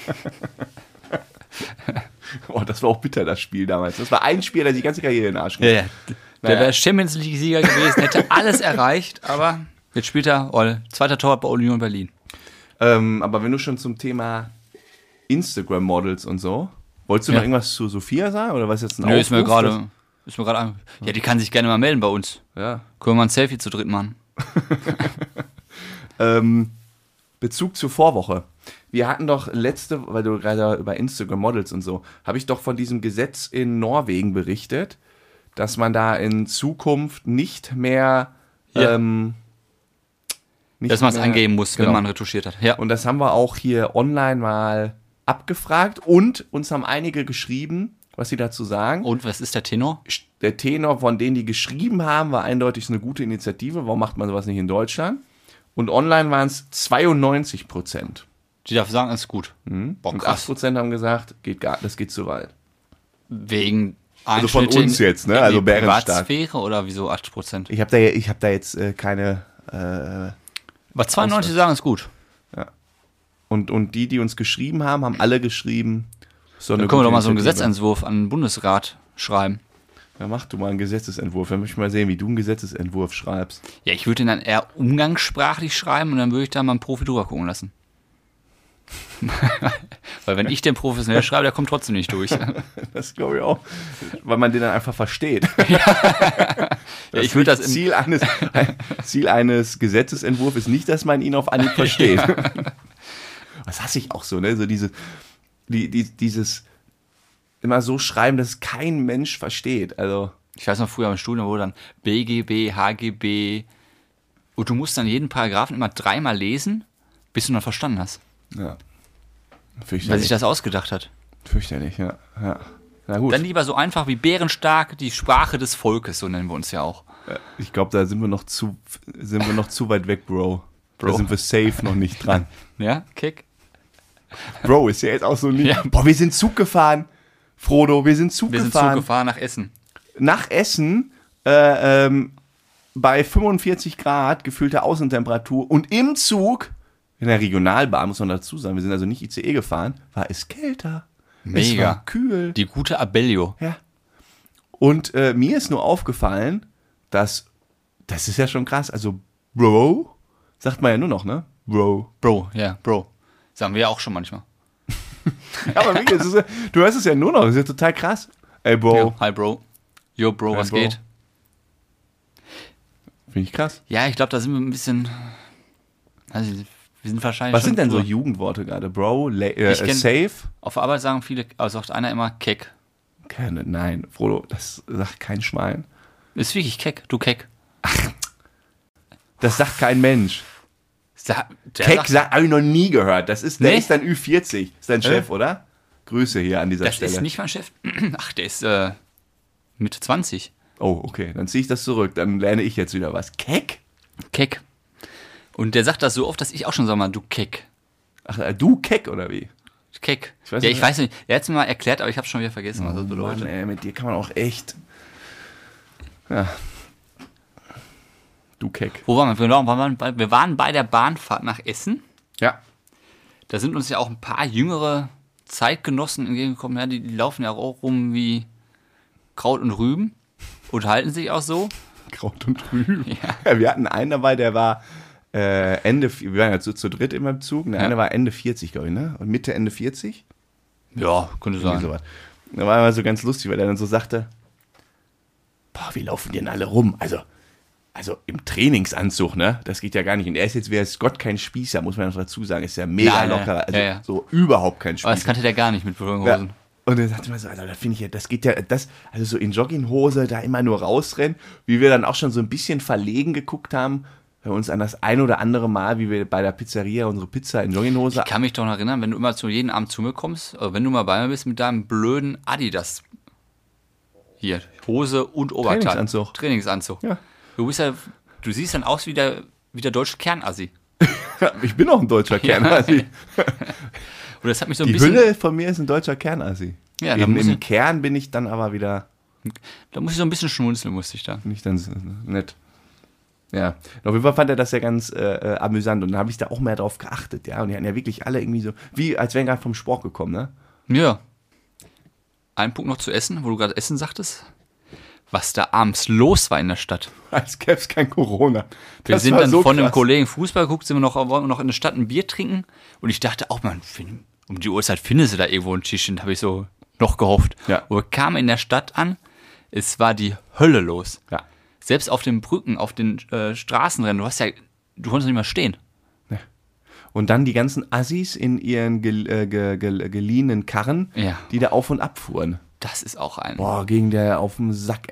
Speaker 2: Oh, das war auch bitter, das Spiel damals. Das war ein Spiel, der die ganze Karriere in den Arsch
Speaker 1: ja, ja. Der
Speaker 2: Naja.
Speaker 1: wäre Champions League-Sieger gewesen, hätte alles erreicht, aber jetzt spielt er oh, zweiter Torwart bei Union Berlin.
Speaker 2: Ähm, aber wenn du schon zum Thema Instagram-Models und so, wolltest du
Speaker 1: Ja.
Speaker 2: noch irgendwas zu Sophia sagen? Oder was jetzt ein
Speaker 1: Nö, ist mir
Speaker 2: Aufruf,
Speaker 1: gerade. Ist mir gerade an. Ja, die kann sich gerne mal melden bei uns.
Speaker 2: das- Ja.
Speaker 1: Können wir mal ein Selfie zu dritt machen?
Speaker 2: Ähm, Bezug zur Vorwoche. Wir hatten doch letzte, weil du gerade über Instagram Models und so, habe ich doch von diesem Gesetz in Norwegen berichtet, dass man da in Zukunft nicht mehr...
Speaker 1: Ja.
Speaker 2: Ähm, nicht
Speaker 1: Dass man es
Speaker 2: mehr-
Speaker 1: angeben muss,
Speaker 2: genau.
Speaker 1: wenn man retuschiert hat. Ja.
Speaker 2: Und das haben wir auch hier online mal abgefragt und uns haben einige geschrieben, was sie dazu sagen.
Speaker 1: Und was ist der Tenor?
Speaker 2: Der Tenor von denen, die geschrieben haben, war eindeutig eine gute Initiative. Warum macht man sowas nicht in Deutschland? Und online waren es zweiundneunzig Prozent.
Speaker 1: Die darf sagen, ist gut.
Speaker 2: Mhm.
Speaker 1: Boah,
Speaker 2: Und
Speaker 1: krass.
Speaker 2: acht Prozent haben gesagt, geht gar, das geht zu weit.
Speaker 1: Wegen
Speaker 2: Also von
Speaker 1: Einschnitte
Speaker 2: uns
Speaker 1: in-
Speaker 2: jetzt, ne?
Speaker 1: in
Speaker 2: Also
Speaker 1: die
Speaker 2: Bärenstark.
Speaker 1: Privatsphäre oder wieso achtzig Prozent?
Speaker 2: Ich habe da, ich hab da jetzt äh, keine... Äh,
Speaker 1: Aber zweiundneunzig sagen, ist gut.
Speaker 2: und, und die, die uns geschrieben haben, haben alle geschrieben... So
Speaker 1: Dann können wir doch mal so einen Gesetzentwurf an den Bundesrat schreiben.
Speaker 2: Ja, mach du mal einen Gesetzesentwurf. Dann möchte ich mal sehen, wie du einen Gesetzesentwurf schreibst.
Speaker 1: Ja, ich würde ihn dann eher umgangssprachlich schreiben und dann würde ich da mal einen Profi drüber gucken lassen. Weil wenn ich den professionell schreibe, der kommt trotzdem nicht durch. Ja,
Speaker 2: Das glaube ich auch. Weil man den dann einfach versteht.
Speaker 1: ich würde das in,
Speaker 2: Ziel eines, Ziel eines Gesetzesentwurfs ist nicht, dass man ihn auf Anhieb versteht. Das hasse ich auch so, ne? So diese, die, die, dieses immer so schreiben, dass es kein Mensch versteht. Also,
Speaker 1: ich weiß noch, früher im Studium wurde dann B G B, H G B und du musst dann jeden Paragraphen immer dreimal lesen, bis du dann verstanden hast.
Speaker 2: ja.
Speaker 1: Weil
Speaker 2: Fürchterlich.
Speaker 1: sich das ausgedacht hat.
Speaker 2: Fürchterlich, ja. ja. Na gut.
Speaker 1: Dann lieber so einfach wie Bärenstark, die Sprache des Volkes, so nennen wir uns ja auch.
Speaker 2: Ich glaube, da sind wir noch zu, sind wir noch zu weit weg, Bro.
Speaker 1: Bro.
Speaker 2: Da sind wir safe noch nicht dran.
Speaker 1: Ja, Kick?
Speaker 2: Bro, ist ja jetzt auch so nicht.
Speaker 1: Ja.
Speaker 2: Boah, wir sind Zug gefahren. Frodo, wir sind Zug
Speaker 1: Wir sind
Speaker 2: gefahren.
Speaker 1: zugefahren nach Essen.
Speaker 2: Nach Essen äh, ähm, bei fünfundvierzig Grad gefühlte Außentemperatur und im Zug, in der Regionalbahn, muss man dazu sagen, wir sind also nicht I C E gefahren, war es kälter. Es
Speaker 1: Mega.
Speaker 2: war kühl.
Speaker 1: Die gute Abellio.
Speaker 2: Ja. Und äh, mir ist nur aufgefallen, dass, das ist ja schon krass, also Bro, sagt man ja nur noch, ne? Bro.
Speaker 1: Bro, ja, Bro. Sagen wir ja auch schon manchmal.
Speaker 2: Ja, aber wirklich, das ist, ja- du hörst es ja nur noch, das ist ja total krass. Ey, Bro.
Speaker 1: Ja, hi, Bro. Yo, Bro,
Speaker 2: Hi,
Speaker 1: was
Speaker 2: Bro.
Speaker 1: geht?
Speaker 2: Finde ich krass.
Speaker 1: Ja, ich glaube, da sind wir ein bisschen. Also, wir sind wahrscheinlich.
Speaker 2: Was
Speaker 1: schon
Speaker 2: sind denn so
Speaker 1: früher.
Speaker 2: Jugendworte gerade? Bro, la- äh,
Speaker 1: Ich kenn-
Speaker 2: safe?
Speaker 1: Auf der Arbeit sagen viele, also sagt einer immer Keck.
Speaker 2: Keine, nein, Frodo, das sagt kein Schwein.
Speaker 1: Ist wirklich Keck, du Keck.
Speaker 2: Das sagt kein Mensch.
Speaker 1: Sa der
Speaker 2: Keck
Speaker 1: sagt,
Speaker 2: sagt, habe ich noch nie gehört. Das ist, der
Speaker 1: Nee?
Speaker 2: ist dann Ü vierzig. Ist dein Chef, oder? Grüße hier an dieser
Speaker 1: das
Speaker 2: Stelle.
Speaker 1: ist nicht mein Chef. Ach, der ist äh, Mitte zwanzig.
Speaker 2: Oh, okay, dann ziehe ich das zurück. Dann lerne ich jetzt wieder was. Keck?
Speaker 1: Keck. Und der sagt das so oft, dass ich auch schon sage mal, du Keck.
Speaker 2: Ach, äh, du Keck oder wie?
Speaker 1: Keck.
Speaker 2: Ich weiß
Speaker 1: ja,
Speaker 2: nicht,
Speaker 1: ich weiß nicht. Er hat es mir mal erklärt, aber ich habe schon wieder vergessen, was das bedeutet.
Speaker 2: Mann, ey, mit dir kann man auch echt... Ja. Du Keck.
Speaker 1: Wo waren wir? Wir waren, bei, wir waren bei der Bahnfahrt nach Essen.
Speaker 2: Ja.
Speaker 1: Da sind uns ja auch ein paar jüngere Zeitgenossen entgegengekommen. Ja, die, die laufen ja auch rum wie Kraut und Rüben und halten sich auch so.
Speaker 2: Kraut und Rüben.
Speaker 1: Ja.
Speaker 2: Ja, wir hatten einen dabei, der war äh, Ende... Wir waren ja zu, zu dritt immer im Zug. Der
Speaker 1: Ja.
Speaker 2: eine war Ende vierzig, glaube ich, ne? Und Mitte, Ende vierzig.
Speaker 1: Ja, könnte
Speaker 2: Irgendwie
Speaker 1: sein.
Speaker 2: sowas. Da war immer so ganz lustig, weil er dann so sagte, boah, wie laufen die denn alle rum? Also, also im Trainingsanzug, ne? Das geht ja gar nicht. Und er ist jetzt, wer ist Gott kein Spießer, muss man noch dazu sagen. Ist ja mega
Speaker 1: Ja, ja,
Speaker 2: locker. Also
Speaker 1: ja, ja.
Speaker 2: so überhaupt kein
Speaker 1: Aber
Speaker 2: Spießer.
Speaker 1: das kannte der gar nicht mit
Speaker 2: ja.
Speaker 1: Hosen.
Speaker 2: Und dann sagte man so, also das finde ich ja, das geht ja, das, also so in Jogginghose da immer nur rausrennen, wie wir dann auch schon so ein bisschen verlegen geguckt haben, bei uns an das ein oder andere Mal, wie wir bei der Pizzeria unsere Pizza in Jogginghose.
Speaker 1: Ich kann mich doch noch erinnern, wenn du immer zu jedem Abend zu mir kommst, oder wenn du mal bei mir bist mit deinem blöden Adidas. Hier, Hose und Oberteil.
Speaker 2: Trainingsanzug.
Speaker 1: Trainingsanzug.
Speaker 2: Ja.
Speaker 1: Du bist ja, du siehst dann aus wie der, wie der deutsche Kernassi.
Speaker 2: Ich bin auch ein deutscher
Speaker 1: Ja.
Speaker 2: Kernassi.
Speaker 1: Und das hat mich so ein
Speaker 2: Die
Speaker 1: bisschen.
Speaker 2: Hülle von mir ist ein deutscher Kernassi.
Speaker 1: Ja, da
Speaker 2: Im,
Speaker 1: muss
Speaker 2: Im
Speaker 1: ich-
Speaker 2: Kern bin ich dann aber wieder
Speaker 1: Da muss ich so ein bisschen schmunzeln, musste ich da.
Speaker 2: nicht dann so nett. Ja, auf jeden Fall fand er das ja ganz äh, äh, amüsant und dann habe ich da auch mehr drauf geachtet, ja. Und die hatten ja wirklich alle irgendwie so, wie als wären gerade vom Sport gekommen, ne?
Speaker 1: Ja. Ein Punkt noch zu Essen, wo du gerade Essen sagtest. Was da abends los war in der Stadt.
Speaker 2: Als gäbe es kein Corona.
Speaker 1: Wir
Speaker 2: Das
Speaker 1: sind
Speaker 2: war
Speaker 1: dann
Speaker 2: so
Speaker 1: von einem
Speaker 2: krass.
Speaker 1: Kollegen Fußball geguckt, sind wir noch, wollten wir noch in der Stadt ein Bier trinken. Und ich dachte auch, man, find- um die Uhrzeit findest du da irgendwo ein Tischchen, habe ich so noch gehofft.
Speaker 2: Ja.
Speaker 1: Und wir kamen in der Stadt an, es war die Hölle los.
Speaker 2: Ja.
Speaker 1: Selbst auf den Brücken, auf den äh, Straßenrennen, du hast ja, du konntest nicht mehr stehen.
Speaker 2: Und dann die ganzen Assis in ihren gel äh, ge ge geliehenen Karren,
Speaker 1: Ja.
Speaker 2: die da auf und ab fuhren.
Speaker 1: Das ist auch ein.
Speaker 2: Boah, ging der auf den Sack, ey.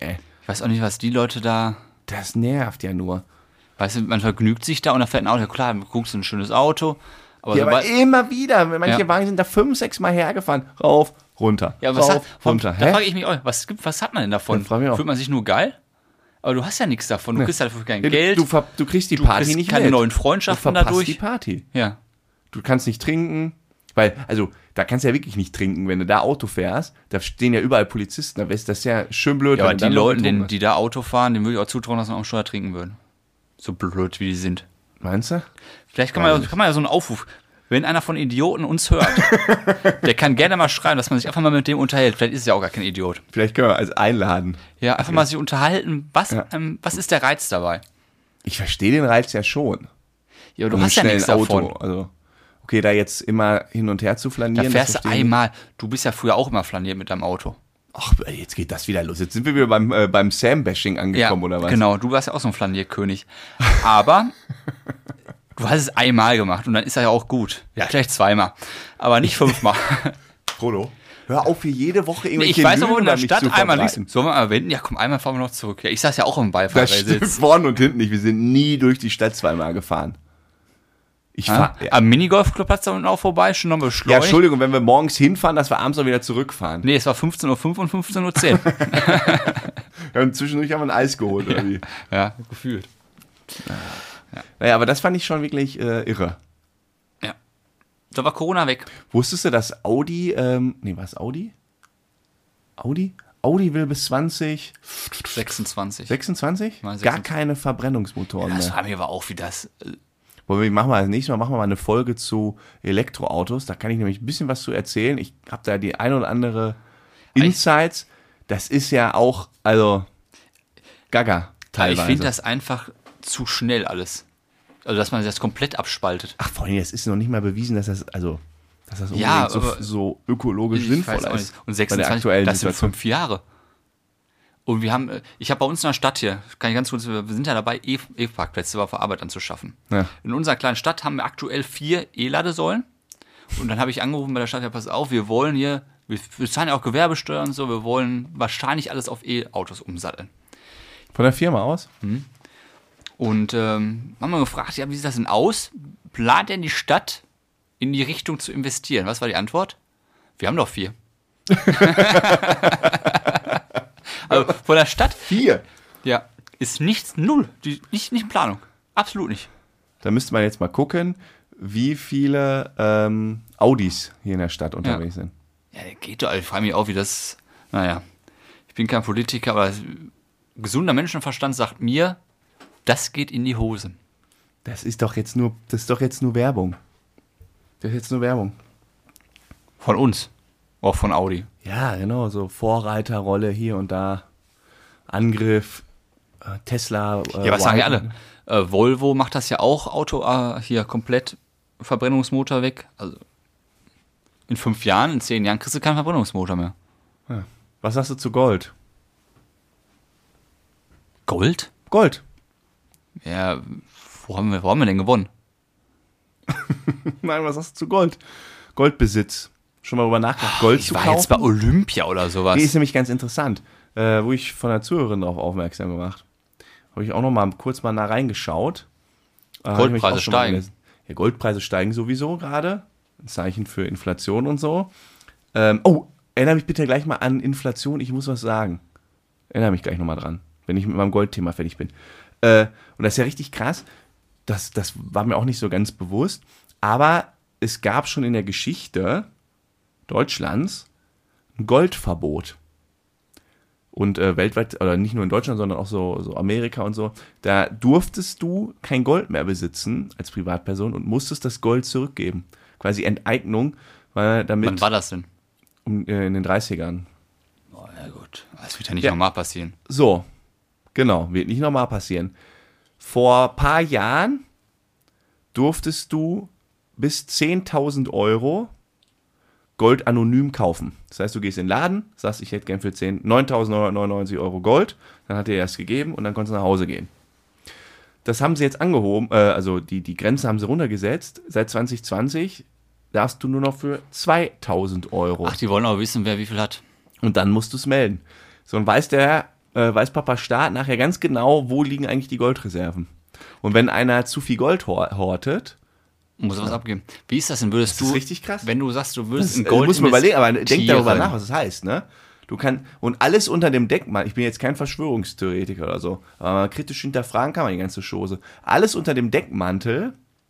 Speaker 1: Ich weiß auch nicht, was die Leute da...
Speaker 2: Das nervt ja nur.
Speaker 1: Weißt du, man vergnügt sich da und da fährt ein Auto. Ja klar, du guckst ein schönes Auto. Aber,
Speaker 2: Ja, aber
Speaker 1: sobald-
Speaker 2: immer wieder. Manche
Speaker 1: Ja.
Speaker 2: Wagen sind da fünf, sechs Mal hergefahren. Rauf, runter.
Speaker 1: ja, aber was
Speaker 2: rauf,
Speaker 1: hat,
Speaker 2: runter.
Speaker 1: Da
Speaker 2: Hä?
Speaker 1: frage ich mich auch, was, gibt, was hat man denn davon?
Speaker 2: Ja, frag mich auch.
Speaker 1: Fühlt man sich nur geil? Aber du hast ja nichts davon. Du kriegst dafür kein
Speaker 2: Ja,
Speaker 1: Geld.
Speaker 2: Du, du, ver- du kriegst die
Speaker 1: Du
Speaker 2: Party
Speaker 1: kriegst
Speaker 2: nicht
Speaker 1: keine
Speaker 2: mit.
Speaker 1: neuen
Speaker 2: Du
Speaker 1: Freundschaften
Speaker 2: verpasst
Speaker 1: dadurch.
Speaker 2: die Party.
Speaker 1: Ja.
Speaker 2: Du kannst nicht trinken. Weil, also, da kannst du ja wirklich nicht trinken, wenn du da Auto fährst. Da stehen ja überall Polizisten. Da ist das ja schön blöd.
Speaker 1: Ja, aber
Speaker 2: wenn
Speaker 1: die
Speaker 2: du dann noch
Speaker 1: Leute,
Speaker 2: betrunken
Speaker 1: denen, die da Auto fahren, denen würde ich auch zutrauen, dass sie am Steuer trinken würden. So blöd, wie die sind.
Speaker 2: bist. Meinst du?
Speaker 1: Vielleicht kann man, ja, kann man ja so einen Aufruf, wenn einer von Idioten uns hört, der kann gerne mal schreiben, dass man sich einfach mal mit dem unterhält. Vielleicht ist es ja auch gar kein Idiot.
Speaker 2: Vielleicht können wir als einladen.
Speaker 1: Ja, einfach mal sich unterhalten. Was,
Speaker 2: Ja.
Speaker 1: ähm, was ist der Reiz dabei?
Speaker 2: Ich verstehe den Reiz ja schon.
Speaker 1: Ja, du
Speaker 2: Um
Speaker 1: hast ja
Speaker 2: schnell
Speaker 1: nichts
Speaker 2: ein Auto.
Speaker 1: davon.
Speaker 2: Also, okay, da jetzt immer hin und her zu
Speaker 1: Da
Speaker 2: flanieren.
Speaker 1: fährst
Speaker 2: das
Speaker 1: du
Speaker 2: verstehe ich
Speaker 1: einmal. Du bist ja früher auch immer flaniert mit deinem Auto.
Speaker 2: nicht. Ach, jetzt geht das wieder los. Jetzt sind wir wieder beim, äh, beim Sam-Bashing angekommen, oder was?
Speaker 1: genau. Du warst ja auch so ein Flanierkönig. Aber du hast es einmal gemacht und dann ist er ja auch gut. Ja, vielleicht zweimal. Aber nicht fünfmal.
Speaker 2: Frodo, hör auf, hier jede Woche
Speaker 1: Nee,
Speaker 2: irgendwelche
Speaker 1: ich weiß auch, wo
Speaker 2: Lügen
Speaker 1: in der
Speaker 2: an mich
Speaker 1: Stadt
Speaker 2: zu
Speaker 1: einmal
Speaker 2: verbreiten.
Speaker 1: nicht. Sollen wir mal wenden? Ja, komm, einmal fahren wir noch zurück. Ja, ich saß ja auch im
Speaker 2: Das stimmt
Speaker 1: Beifahrersitz.
Speaker 2: vorne und hinten nicht. Wir sind nie durch die Stadt zweimal gefahren. Ich
Speaker 1: Ja?
Speaker 2: fahr, ja.
Speaker 1: Am Minigolfplatz da unten auch vorbei, schon noch
Speaker 2: ja,
Speaker 1: beschleunigt.
Speaker 2: Entschuldigung, wenn wir morgens hinfahren, dass wir abends auch wieder zurückfahren.
Speaker 1: Nee, es war fünfzehn Uhr fünf und fünfzehn Uhr zehn.
Speaker 2: Ja, und zwischendurch haben wir ein Eis geholt, oder wie?
Speaker 1: Ja, gefühlt.
Speaker 2: Naja, aber das fand ich schon wirklich äh, irre.
Speaker 1: Ja. Da war Corona weg.
Speaker 2: Wusstest du, dass Audi, ähm, nee, was Audi? Audi? Audi will bis zwanzig
Speaker 1: sechsundzwanzig.
Speaker 2: sechsundzwanzig
Speaker 1: Nein,
Speaker 2: gar
Speaker 1: sechsundzwanzig.
Speaker 2: keine Verbrennungsmotoren
Speaker 1: Das
Speaker 2: mehr.
Speaker 1: war mir aber auch wie das. äh,
Speaker 2: Wollen wir machen wir das nächste Mal machen wir mal eine Folge zu Elektroautos. Da kann ich nämlich ein bisschen was zu erzählen. Ich habe da die ein oder andere Insights. Das ist ja auch, also, gaga teilweise.
Speaker 1: Ich finde das einfach zu schnell alles. Also, dass man das komplett abspaltet.
Speaker 2: Ach, vor allem, es ist noch nicht mal bewiesen, dass das, also, dass das unbedingt
Speaker 1: Ja,
Speaker 2: so,
Speaker 1: aber-
Speaker 2: so ökologisch
Speaker 1: Ich
Speaker 2: sinnvoll
Speaker 1: weiß auch
Speaker 2: ist.
Speaker 1: nicht. Und
Speaker 2: bei der
Speaker 1: sechsundzwanzig,
Speaker 2: aktuellen
Speaker 1: das sind
Speaker 2: Situation.
Speaker 1: fünf Jahre. Und wir haben, äh, ich habe bei uns in der Stadt hier, kann ich ganz kurz, wir sind ja dabei, E- E-Parkplätze auf der Arbeit anzuschaffen.
Speaker 2: Ja.
Speaker 1: In unserer kleinen Stadt haben wir aktuell vier E-Ladesäulen. Und dann habe ich angerufen bei der Stadt, ja, pass auf, wir wollen hier, wir, wir zahlen ja auch Gewerbesteuer und so, wir wollen wahrscheinlich alles auf E-Autos umsatteln.
Speaker 2: Von der Firma aus?
Speaker 1: Und ähm, haben wir gefragt, ja, wie sieht das denn aus? Plant denn die Stadt in die Richtung zu investieren? Was war die Antwort? Wir haben doch vier. Also von der Stadt,
Speaker 2: Vier.
Speaker 1: ja, ist nichts, null. Die, nicht, nicht in Planung. Absolut nicht.
Speaker 2: Da müsste man jetzt mal gucken, wie viele ähm, Audis hier in der Stadt unterwegs sind.
Speaker 1: Ja, der geht doch. Ich frage mich auch, wie das. Naja, ich bin kein Politiker, aber gesunder Menschenverstand sagt mir, das geht in die Hose.
Speaker 2: Das ist doch jetzt nur, das ist doch jetzt nur Werbung. Das ist jetzt nur Werbung.
Speaker 1: Von uns. Auch von Audi.
Speaker 2: Ja, genau, so Vorreiterrolle hier und da. Angriff, äh, Tesla. Äh,
Speaker 1: Ja, was sagen ja
Speaker 2: White-
Speaker 1: alle? Äh, Volvo macht das ja auch, Auto äh, hier komplett Verbrennungsmotor weg. Also in fünf Jahren, in zehn Jahren kriegst du keinen Verbrennungsmotor mehr.
Speaker 2: Was sagst du zu Gold?
Speaker 1: Gold?
Speaker 2: Gold.
Speaker 1: Ja, wo haben wir, wo haben wir denn gewonnen?
Speaker 2: Nein, was sagst du zu Gold? Goldbesitz. Schon mal drüber nachgedacht, Gold
Speaker 1: Ich
Speaker 2: zu
Speaker 1: war
Speaker 2: kaufen?
Speaker 1: jetzt bei Olympia oder sowas.
Speaker 2: Nee, ist nämlich ganz interessant. Äh, wo ich von der Zuhörerin darauf aufmerksam gemacht. Habe ich auch noch mal kurz mal nach reingeschaut. Äh, hab ich mich
Speaker 1: Goldpreise
Speaker 2: auch schon mal
Speaker 1: steigen.
Speaker 2: gelesen. Ja, Goldpreise steigen sowieso gerade. Ein Zeichen für Inflation und so. Ähm, oh, erinnere mich bitte gleich mal an Inflation. Ich muss was sagen. Erinnere mich gleich nochmal dran, wenn ich mit meinem Goldthema fertig bin. Äh, und das ist ja richtig krass. Das, das war mir auch nicht so ganz bewusst. Aber es gab schon in der Geschichte Deutschlands ein Goldverbot. Und äh, weltweit, oder nicht nur in Deutschland, sondern auch so, so Amerika und so, da durftest du kein Gold mehr besitzen als Privatperson und musstest das Gold zurückgeben. Quasi Enteignung, weil damit
Speaker 1: Wann war das denn?
Speaker 2: um, äh, in den dreißigern.
Speaker 1: Oh, ja gut, das wird ja nicht
Speaker 2: Ja.
Speaker 1: nochmal passieren.
Speaker 2: So, genau, wird nicht nochmal passieren. Vor ein paar Jahren durftest du bis zehntausend Euro Gold anonym kaufen. Das heißt, du gehst in den Laden, sagst, ich hätte gern für zehn neuntausendneunhundertneunundneunzig Euro Gold, dann hat er erst gegeben und dann konntest du nach Hause gehen. Das haben sie jetzt angehoben, äh, also die, die Grenze haben sie runtergesetzt. Seit zwanzig zwanzig darfst du nur noch für zweitausend Euro.
Speaker 1: Ach, die wollen aber wissen, wer wie viel hat.
Speaker 2: Und dann musst du es melden. So, und weiß der äh, weiß Papa Staat nachher ganz genau, wo liegen eigentlich die Goldreserven. Und wenn einer zu viel Gold hor- hortet,
Speaker 1: Muss was abgeben. Wie ist das denn? Würdest
Speaker 2: das ist
Speaker 1: du,
Speaker 2: richtig krass.
Speaker 1: wenn du sagst, du würdest
Speaker 2: Das,
Speaker 1: in
Speaker 2: äh,
Speaker 1: Gold
Speaker 2: muss man überlegen, aber denk
Speaker 1: investieren.
Speaker 2: darüber nach, was das heißt, ne? Du kannst, und alles unter dem Deckmantel, ich bin jetzt kein Verschwörungstheoretiker oder so, aber mal kritisch hinterfragen kann man die ganze Chose. Alles unter dem Deckmantel,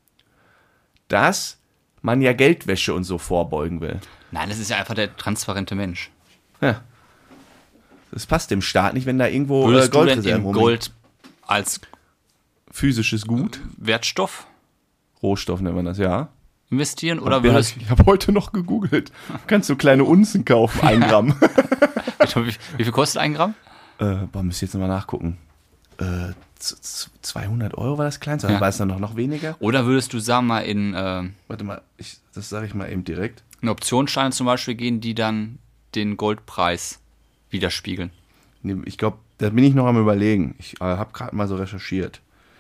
Speaker 2: dass man ja Geldwäsche und so vorbeugen will.
Speaker 1: Nein, das ist ja einfach der transparente Mensch.
Speaker 2: Ja. Das passt dem Staat nicht, wenn da irgendwo äh,
Speaker 1: Würdest du denn
Speaker 2: Goldreserven
Speaker 1: in
Speaker 2: rumliegen.
Speaker 1: Gold als
Speaker 2: Physisches Gut,
Speaker 1: Wertstoff
Speaker 2: Rohstoff nennt man das, ja.
Speaker 1: investieren? Oder
Speaker 2: Ja,
Speaker 1: würdest
Speaker 2: ich habe heute noch gegoogelt. Kannst du kleine Unzen kaufen, ein Gramm.
Speaker 1: wie, wie viel kostet ein Gramm?
Speaker 2: äh, boah, müsst ihr jetzt nochmal nachgucken. Äh, z- z- zweihundert Euro war das kleinste,
Speaker 1: Ja.
Speaker 2: war es dann noch, noch weniger?
Speaker 1: Oder würdest du, sagen wir mal, in, äh,
Speaker 2: Warte mal, ich, das sage ich mal eben direkt.
Speaker 1: in Optionsscheine zum Beispiel gehen, die dann den Goldpreis widerspiegeln?
Speaker 2: Nee, ich glaube, da bin ich noch am Überlegen. Ich äh, habe gerade mal so recherchiert.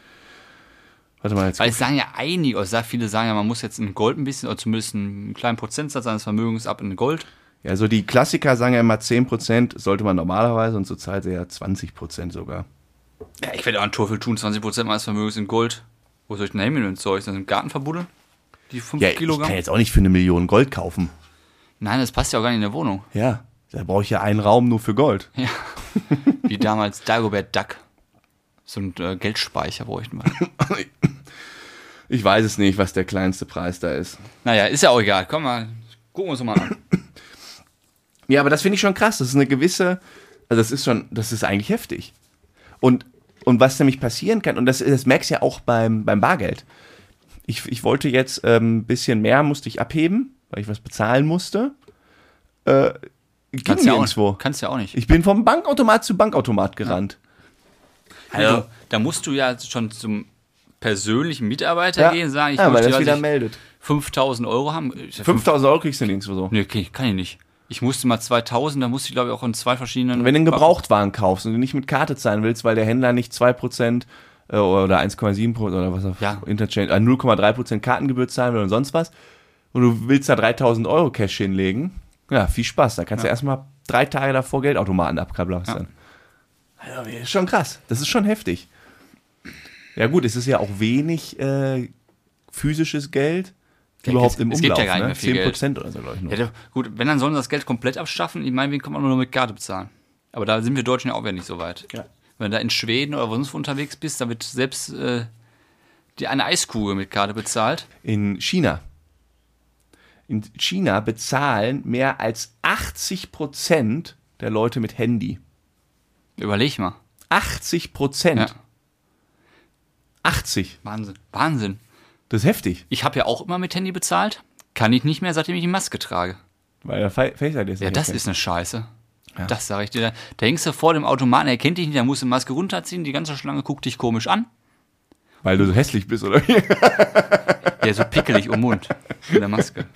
Speaker 2: Warte mal, jetzt.
Speaker 1: Weil es sagen ja einige, oder sehr viele sagen ja, man muss jetzt in Gold ein bisschen, oder zumindest einen kleinen Prozentsatz seines Vermögens ab in Gold.
Speaker 2: Ja, also die Klassiker sagen ja immer zehn Prozent sollte man normalerweise und zurzeit eher zwanzig Prozent sogar.
Speaker 1: Ja, ich werde auch einen Teufel tun, zwanzig Prozent meines Vermögens in Gold. Wo soll ich denn hin mit dem Zeug? Ist das im Garten verbuddeln? Die fünf
Speaker 2: Ja, ich
Speaker 1: Kilogramm?
Speaker 2: kann jetzt auch nicht für eine Million Gold kaufen.
Speaker 1: Nein, das passt ja auch gar nicht in der Wohnung.
Speaker 2: Ja, da brauche ich ja einen Raum nur für Gold.
Speaker 1: Ja. Wie damals Dagobert Duck. So ein äh, Geldspeicher bräuchten wir.
Speaker 2: Ich weiß es nicht, was der kleinste Preis da ist.
Speaker 1: Naja, ist ja auch egal. Komm mal, gucken wir uns doch mal an.
Speaker 2: Ja, aber das finde ich schon krass. Das ist eine gewisse, also das ist schon, das ist eigentlich heftig. Und, und was nämlich passieren kann, und das, das merkst du ja auch beim, beim Bargeld. Ich, ich wollte jetzt ein ähm, bisschen mehr, musste ich abheben, weil ich was bezahlen musste. Äh, ging
Speaker 1: Kannst ja auch
Speaker 2: nirgendwo.
Speaker 1: nicht. Kannst ja auch nicht.
Speaker 2: Ich bin vom Bankautomat zu Bankautomat gerannt.
Speaker 1: Also, da musst du ja schon zum persönlichen Mitarbeiter
Speaker 2: Ja,
Speaker 1: gehen und sagen, ich
Speaker 2: ja weil
Speaker 1: möchte
Speaker 2: das
Speaker 1: weiß
Speaker 2: wieder
Speaker 1: ich,
Speaker 2: meldet.
Speaker 1: fünftausend Euro haben. Ich sag,
Speaker 2: fünftausend Euro kriegst du nirgendwo so.
Speaker 1: Nee, okay, kann ich nicht. Ich musste mal zweitausend, da musste ich glaube ich auch in zwei verschiedenen...
Speaker 2: Wenn du einen Gebrauchtwagen kaufst und du nicht mit Karte zahlen willst, weil der Händler nicht zwei Prozent äh, oder eins Komma sieben Prozent oder was auf
Speaker 1: Ja.
Speaker 2: Interchange, äh, null Komma drei Prozent Kartengebühr zahlen will und sonst was, und du willst da dreitausend Euro Cash hinlegen, ja, viel Spaß. Da kannst du erstmal drei Tage davor Geldautomaten abklappern. Ja. Also, ist schon krass. Das ist schon heftig. Ja gut, es ist ja auch wenig äh, physisches Geld
Speaker 1: Ja,
Speaker 2: überhaupt
Speaker 1: es-
Speaker 2: im
Speaker 1: es gibt
Speaker 2: Umlauf.
Speaker 1: ja gar nicht
Speaker 2: Ne?
Speaker 1: mehr viel
Speaker 2: zehn Prozent oder so, glaube ich. Nur.
Speaker 1: Ja, da- gut, wenn dann sollen sie das Geld komplett abschaffen. Ich meine, wen kann man nur noch mit Karte bezahlen? Aber da sind wir Deutschen ja auch wieder nicht so weit.
Speaker 2: Ja.
Speaker 1: Wenn du da in Schweden oder sonst wo unterwegs bist, da wird selbst äh, die eine Eiskugel mit Karte bezahlt.
Speaker 2: In China. In China bezahlen mehr als achtzig Prozent der Leute mit Handy.
Speaker 1: Überleg mal.
Speaker 2: achtzig Prozent.
Speaker 1: Ja.
Speaker 2: achtzig.
Speaker 1: Wahnsinn. Wahnsinn.
Speaker 2: Das ist heftig.
Speaker 1: Ich habe ja auch immer mit Handy bezahlt. Kann ich nicht mehr, seitdem ich die Maske trage.
Speaker 2: Weil der Fa- Face I D ist
Speaker 1: Ja,
Speaker 2: nicht
Speaker 1: das
Speaker 2: erkennt.
Speaker 1: ist eine Scheiße.
Speaker 2: Ja.
Speaker 1: Das sage ich dir. Da, da hängst du vor dem Automaten, er kennt dich nicht, da musst du die Maske runterziehen, die ganze Schlange guckt dich komisch an.
Speaker 2: Weil du so hässlich bist, oder wie?
Speaker 1: Der ist so pickelig um den Mund mit der Maske.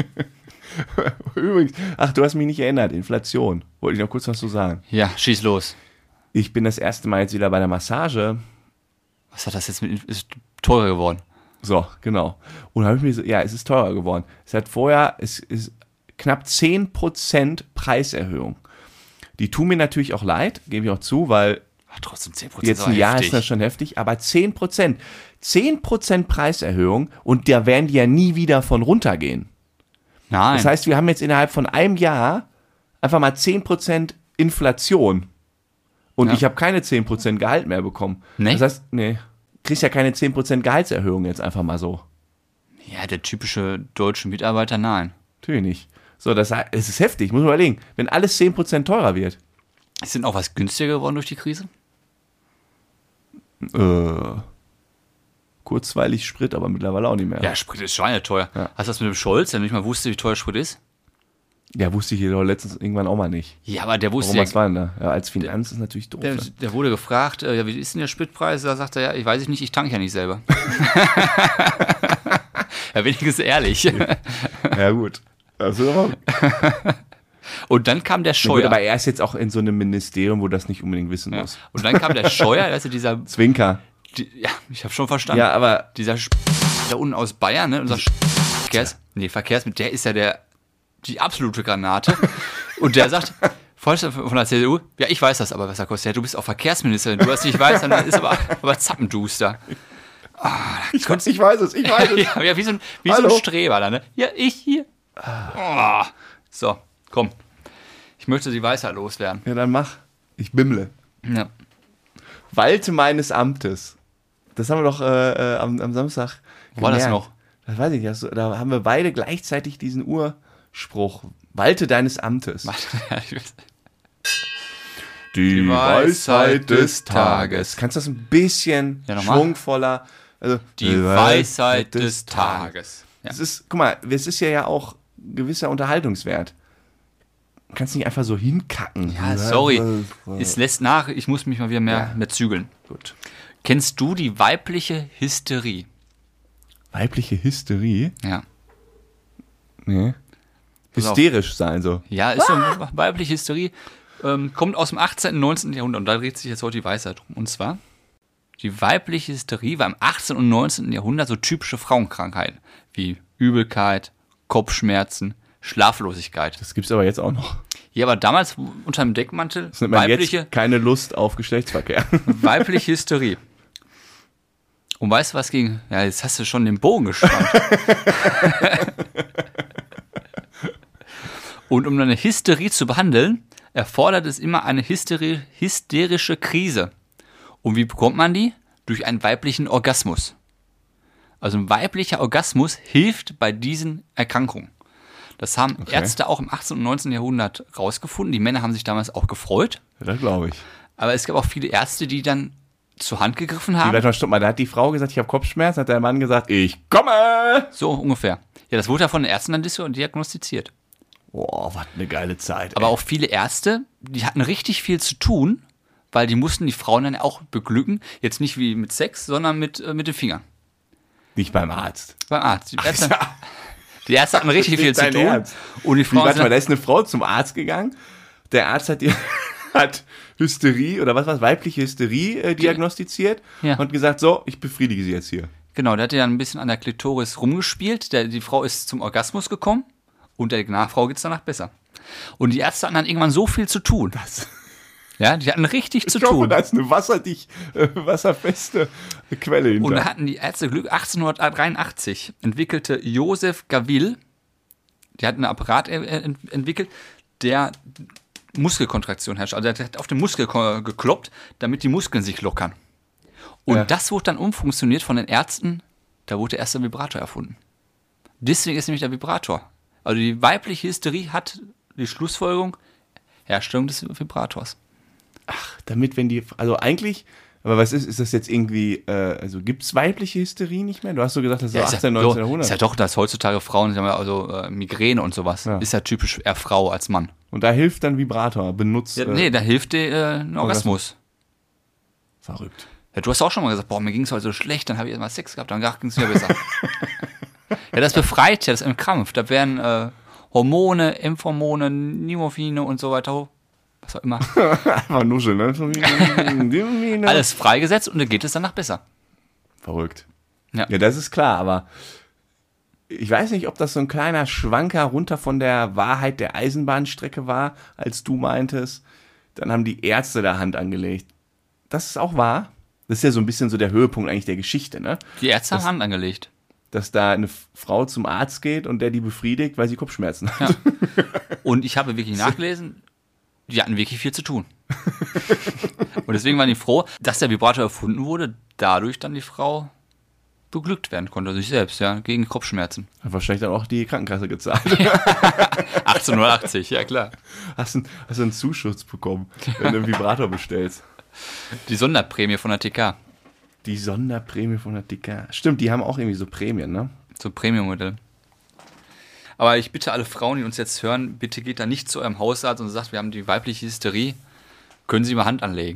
Speaker 2: Übrigens, ach, du hast mich nicht erinnert. Inflation. Wollte ich noch kurz was zu sagen.
Speaker 1: Ja, schieß los.
Speaker 2: Ich bin das erste Mal jetzt wieder bei der Massage.
Speaker 1: Was hat das jetzt mit... Ist teurer geworden.
Speaker 2: So, genau. Und habe ich mir so, ja, es ist teurer geworden. Es hat vorher, es ist knapp zehn Prozent Preiserhöhung. Die tun mir natürlich auch leid, gebe ich auch zu, weil
Speaker 1: Ach, trotzdem zehn Prozent
Speaker 2: jetzt ein Jahr ist das schon heftig, aber zehn Prozent. zehn Prozent Preiserhöhung und da werden die ja nie wieder von runtergehen.
Speaker 1: Nein.
Speaker 2: Das heißt, wir haben jetzt innerhalb von einem Jahr einfach mal zehn Prozent Inflation. Und
Speaker 1: Ja.
Speaker 2: ich habe keine zehn Prozent Gehalt mehr bekommen.
Speaker 1: Nee?
Speaker 2: Das heißt, nee, kriegst ja keine zehn Prozent Gehaltserhöhung jetzt einfach mal so.
Speaker 1: ja, der typische deutsche Mitarbeiter, nein.
Speaker 2: Natürlich nicht. So, das heißt, es ist heftig, muss man überlegen. Wenn alles zehn Prozent teurer wird.
Speaker 1: Ist denn auch was günstiger geworden durch die Krise?
Speaker 2: Äh, kurzweilig Sprit, aber mittlerweile auch nicht mehr.
Speaker 1: Ja, Sprit ist schweineteuer.
Speaker 2: Ja.
Speaker 1: Hast du das mit dem Scholz, der nicht mal wusste, wie teuer Sprit ist?
Speaker 2: Ja, wusste ich jedoch letztens irgendwann auch mal nicht.
Speaker 1: Ja, aber der wusste
Speaker 2: Warum,
Speaker 1: ja...
Speaker 2: was war denn da? Ja, als Finanz ist natürlich doof.
Speaker 1: Der,
Speaker 2: ne?
Speaker 1: der wurde gefragt, äh, ja, wie ist denn der Spritpreis? Da sagt er, ja, ich weiß ich nicht, ich tanke ja nicht selber. Ja, wenigstens ehrlich.
Speaker 2: Ja, gut. Also,
Speaker 1: Und dann kam der
Speaker 2: gut,
Speaker 1: Scheuer.
Speaker 2: aber er ist jetzt auch in so einem Ministerium, wo das nicht unbedingt wissen
Speaker 1: ja.
Speaker 2: muss.
Speaker 1: Und dann kam der Scheuer, also dieser...
Speaker 2: Zwinker.
Speaker 1: Die, ja, ich habe schon verstanden.
Speaker 2: Ja, aber
Speaker 1: Dieser Sch- da unten aus Bayern, ne? Unser Sch- Verkehrs... Nee, Verkehrs... Der ist ja der... Die absolute Granate. Und der sagt... Vorsitzender von der C D U? Ja, ich weiß das aber, was er kostet. Ja, du bist auch Verkehrsministerin. Du hast nicht weiß, dann ist aber, aber zappenduster. Oh,
Speaker 2: ich, ich weiß es, ich weiß es.
Speaker 1: ja, ja, wie so ein, wie so ein Streber da, ne? Ja, ich hier. Oh. So, komm. Ich möchte die Weisheit loswerden.
Speaker 2: Ja, dann mach. Ich bimmle.
Speaker 1: Ja.
Speaker 2: Walte meines Amtes. Das haben wir doch äh, äh, am, am Samstag
Speaker 1: Wo war das noch?
Speaker 2: Das weiß ich nicht. Also, da haben wir beide gleichzeitig diesen Urspruch. Walte deines Amtes. Die, Die Weisheit des Tages. Kannst du das ein bisschen ja, schwungvoller? Also,
Speaker 1: die, die Weisheit des Tages.
Speaker 2: Ja. Es ist, guck mal, es ist ja, ja auch gewisser Unterhaltungswert. Du kannst nicht einfach so hinkacken.
Speaker 1: Ja, sorry. Es lässt nach, ich muss mich mal wieder mehr, ja. mehr zügeln.
Speaker 2: Gut.
Speaker 1: Kennst du die weibliche Hysterie?
Speaker 2: Weibliche Hysterie?
Speaker 1: Ja.
Speaker 2: Nee. Hysterisch sein, so.
Speaker 1: Ja, ist so eine weibliche Hysterie. Ähm, kommt aus dem achtzehnten und neunzehnten Jahrhundert und da dreht sich jetzt heute die Weisheit drum. Und zwar, die weibliche Hysterie war im achtzehnten und neunzehnten Jahrhundert so typische Frauenkrankheiten wie Übelkeit, Kopfschmerzen, Schlaflosigkeit.
Speaker 2: Das gibt's aber jetzt auch noch.
Speaker 1: Ja, aber damals unter dem Deckmantel
Speaker 2: das nennt man weibliche jetzt keine Lust auf Geschlechtsverkehr.
Speaker 1: Weibliche Hysterie. Und weißt du, was ging? Ja, jetzt hast du schon den Bogen gespannt. Und um eine Hysterie zu behandeln, erfordert es immer eine Hysteri- hysterische Krise. Und wie bekommt man die? Durch einen weiblichen Orgasmus. Also ein weiblicher Orgasmus hilft bei diesen Erkrankungen. Das haben okay. Ärzte auch im achtzehnten und neunzehnten Jahrhundert rausgefunden. Die Männer haben sich damals auch gefreut.
Speaker 2: Ja, das glaube ich.
Speaker 1: Aber es gab auch viele Ärzte, die dann zur Hand gegriffen haben.
Speaker 2: Vielleicht mal, stopp mal, da hat die Frau gesagt, ich habe Kopfschmerzen, hat der Mann gesagt, ich komme!
Speaker 1: So ungefähr. Ja, das wurde ja von den Ärzten dann diagnostiziert.
Speaker 2: Boah, was eine geile Zeit.
Speaker 1: Aber
Speaker 2: ey.
Speaker 1: auch viele Ärzte, die hatten richtig viel zu tun, weil die mussten die Frauen dann auch beglücken. Jetzt nicht wie mit Sex, sondern mit, äh, mit den Fingern.
Speaker 2: Nicht beim Arzt.
Speaker 1: Beim Arzt. Die Ärzte, die Ärzte hatten richtig viel zu tun.
Speaker 2: Ernst.
Speaker 1: Und die Frauen
Speaker 2: Warte mal, da ist eine Frau zum Arzt gegangen. Der Arzt hat, die, hat Hysterie oder was was weibliche Hysterie äh, diagnostiziert ja. und gesagt, so, ich befriedige sie jetzt hier.
Speaker 1: Genau, der hat ja ein bisschen an der Klitoris rumgespielt. Der, die Frau ist zum Orgasmus gekommen und der Nachfrau geht es danach besser. Und die Ärzte hatten dann irgendwann so viel zu tun.
Speaker 2: Das
Speaker 1: Ja, die hatten richtig
Speaker 2: ich
Speaker 1: zu
Speaker 2: hoffe,
Speaker 1: tun.
Speaker 2: Da ist eine wasserdicht, äh, wasserfeste Quelle hinter.
Speaker 1: Und da hatten die Ärzte Glück. achtzehnhundertdreiundachtzig entwickelte Joseph Gavil, der hat einen Apparat äh, ent- entwickelt, der Muskelkontraktion herrscht. Also der hat auf den Muskel ko- gekloppt, damit die Muskeln sich lockern. Und ja. das wurde dann umfunktioniert von den Ärzten, da wurde der erste Vibrator erfunden. Deswegen ist nämlich der Vibrator. Also die weibliche Hysterie hat die Schlussfolgerung, Herstellung des Vibrators.
Speaker 2: Ach, damit, wenn die, also eigentlich, aber was ist, ist das jetzt irgendwie, äh, also gibt es weibliche Hysterie nicht mehr? Du hast so gesagt, das ist ja, so achtzehnten, neunzehnten Jahrhundert.
Speaker 1: Ist ja doch, dass heutzutage Frauen, haben ja also äh, Migräne und sowas, ja. ist ja typisch eher Frau als Mann.
Speaker 2: Und da hilft dann Vibrator, benutzt.
Speaker 1: Ja, nee, da hilft dir äh, ein Orgasmus.
Speaker 2: Verrückt.
Speaker 1: Ja, du hast auch schon mal gesagt, boah, mir ging es heute so schlecht, dann habe ich erst mal Sex gehabt, dann ging es wieder besser. Ja, das befreit ja, das entkrampft. Da werden äh, Hormone, Impfhormone, Nimorphine und so weiter, was auch immer.
Speaker 2: Einfach nuscheln, ne?
Speaker 1: Alles freigesetzt und dann geht es danach besser.
Speaker 2: Verrückt.
Speaker 1: Ja.
Speaker 2: Ja, das ist klar, aber ich weiß nicht, ob das so ein kleiner Schwanker runter von der Wahrheit der Eisenbahnstrecke war, als du meintest, dann haben die Ärzte da Hand angelegt. Das ist auch wahr. Das ist ja so ein bisschen so der Höhepunkt eigentlich der Geschichte, ne?
Speaker 1: Die Ärzte
Speaker 2: das,
Speaker 1: haben Hand angelegt.
Speaker 2: Dass da eine Frau zum Arzt geht und der die befriedigt, weil sie Kopfschmerzen hat.
Speaker 1: Ja. Und ich habe wirklich nachgelesen, die hatten wirklich viel zu tun. Und deswegen waren die froh, dass der Vibrator erfunden wurde, dadurch dann die Frau beglückt werden konnte, sich selbst, ja, gegen Kopfschmerzen.
Speaker 2: Hat wahrscheinlich dann auch die Krankenkasse gezahlt.
Speaker 1: achtzehnhundertachtzig, ja klar.
Speaker 2: Hast du hast einen Zuschuss bekommen, wenn du einen Vibrator bestellst.
Speaker 1: Die Sonderprämie von der T K.
Speaker 2: Die Sonderprämie von der T K. Stimmt, die haben auch irgendwie so Prämien, ne?
Speaker 1: So Premium-Modell. Aber ich bitte alle Frauen, die uns jetzt hören, bitte geht da nicht zu eurem Hausarzt und sagt, wir haben die weibliche Hysterie. Können Sie mal Hand anlegen?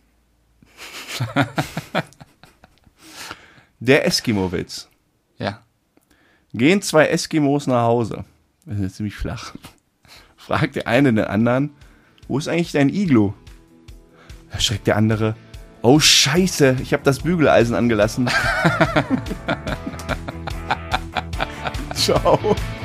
Speaker 2: Der Eskimo-Witz.
Speaker 1: Ja.
Speaker 2: Gehen zwei Eskimos nach Hause. Das ist ja ziemlich flach. Fragt der eine den anderen, wo ist eigentlich dein Iglu? Da schreckt der andere, oh Scheiße, ich habe das Bügeleisen angelassen. Ciao.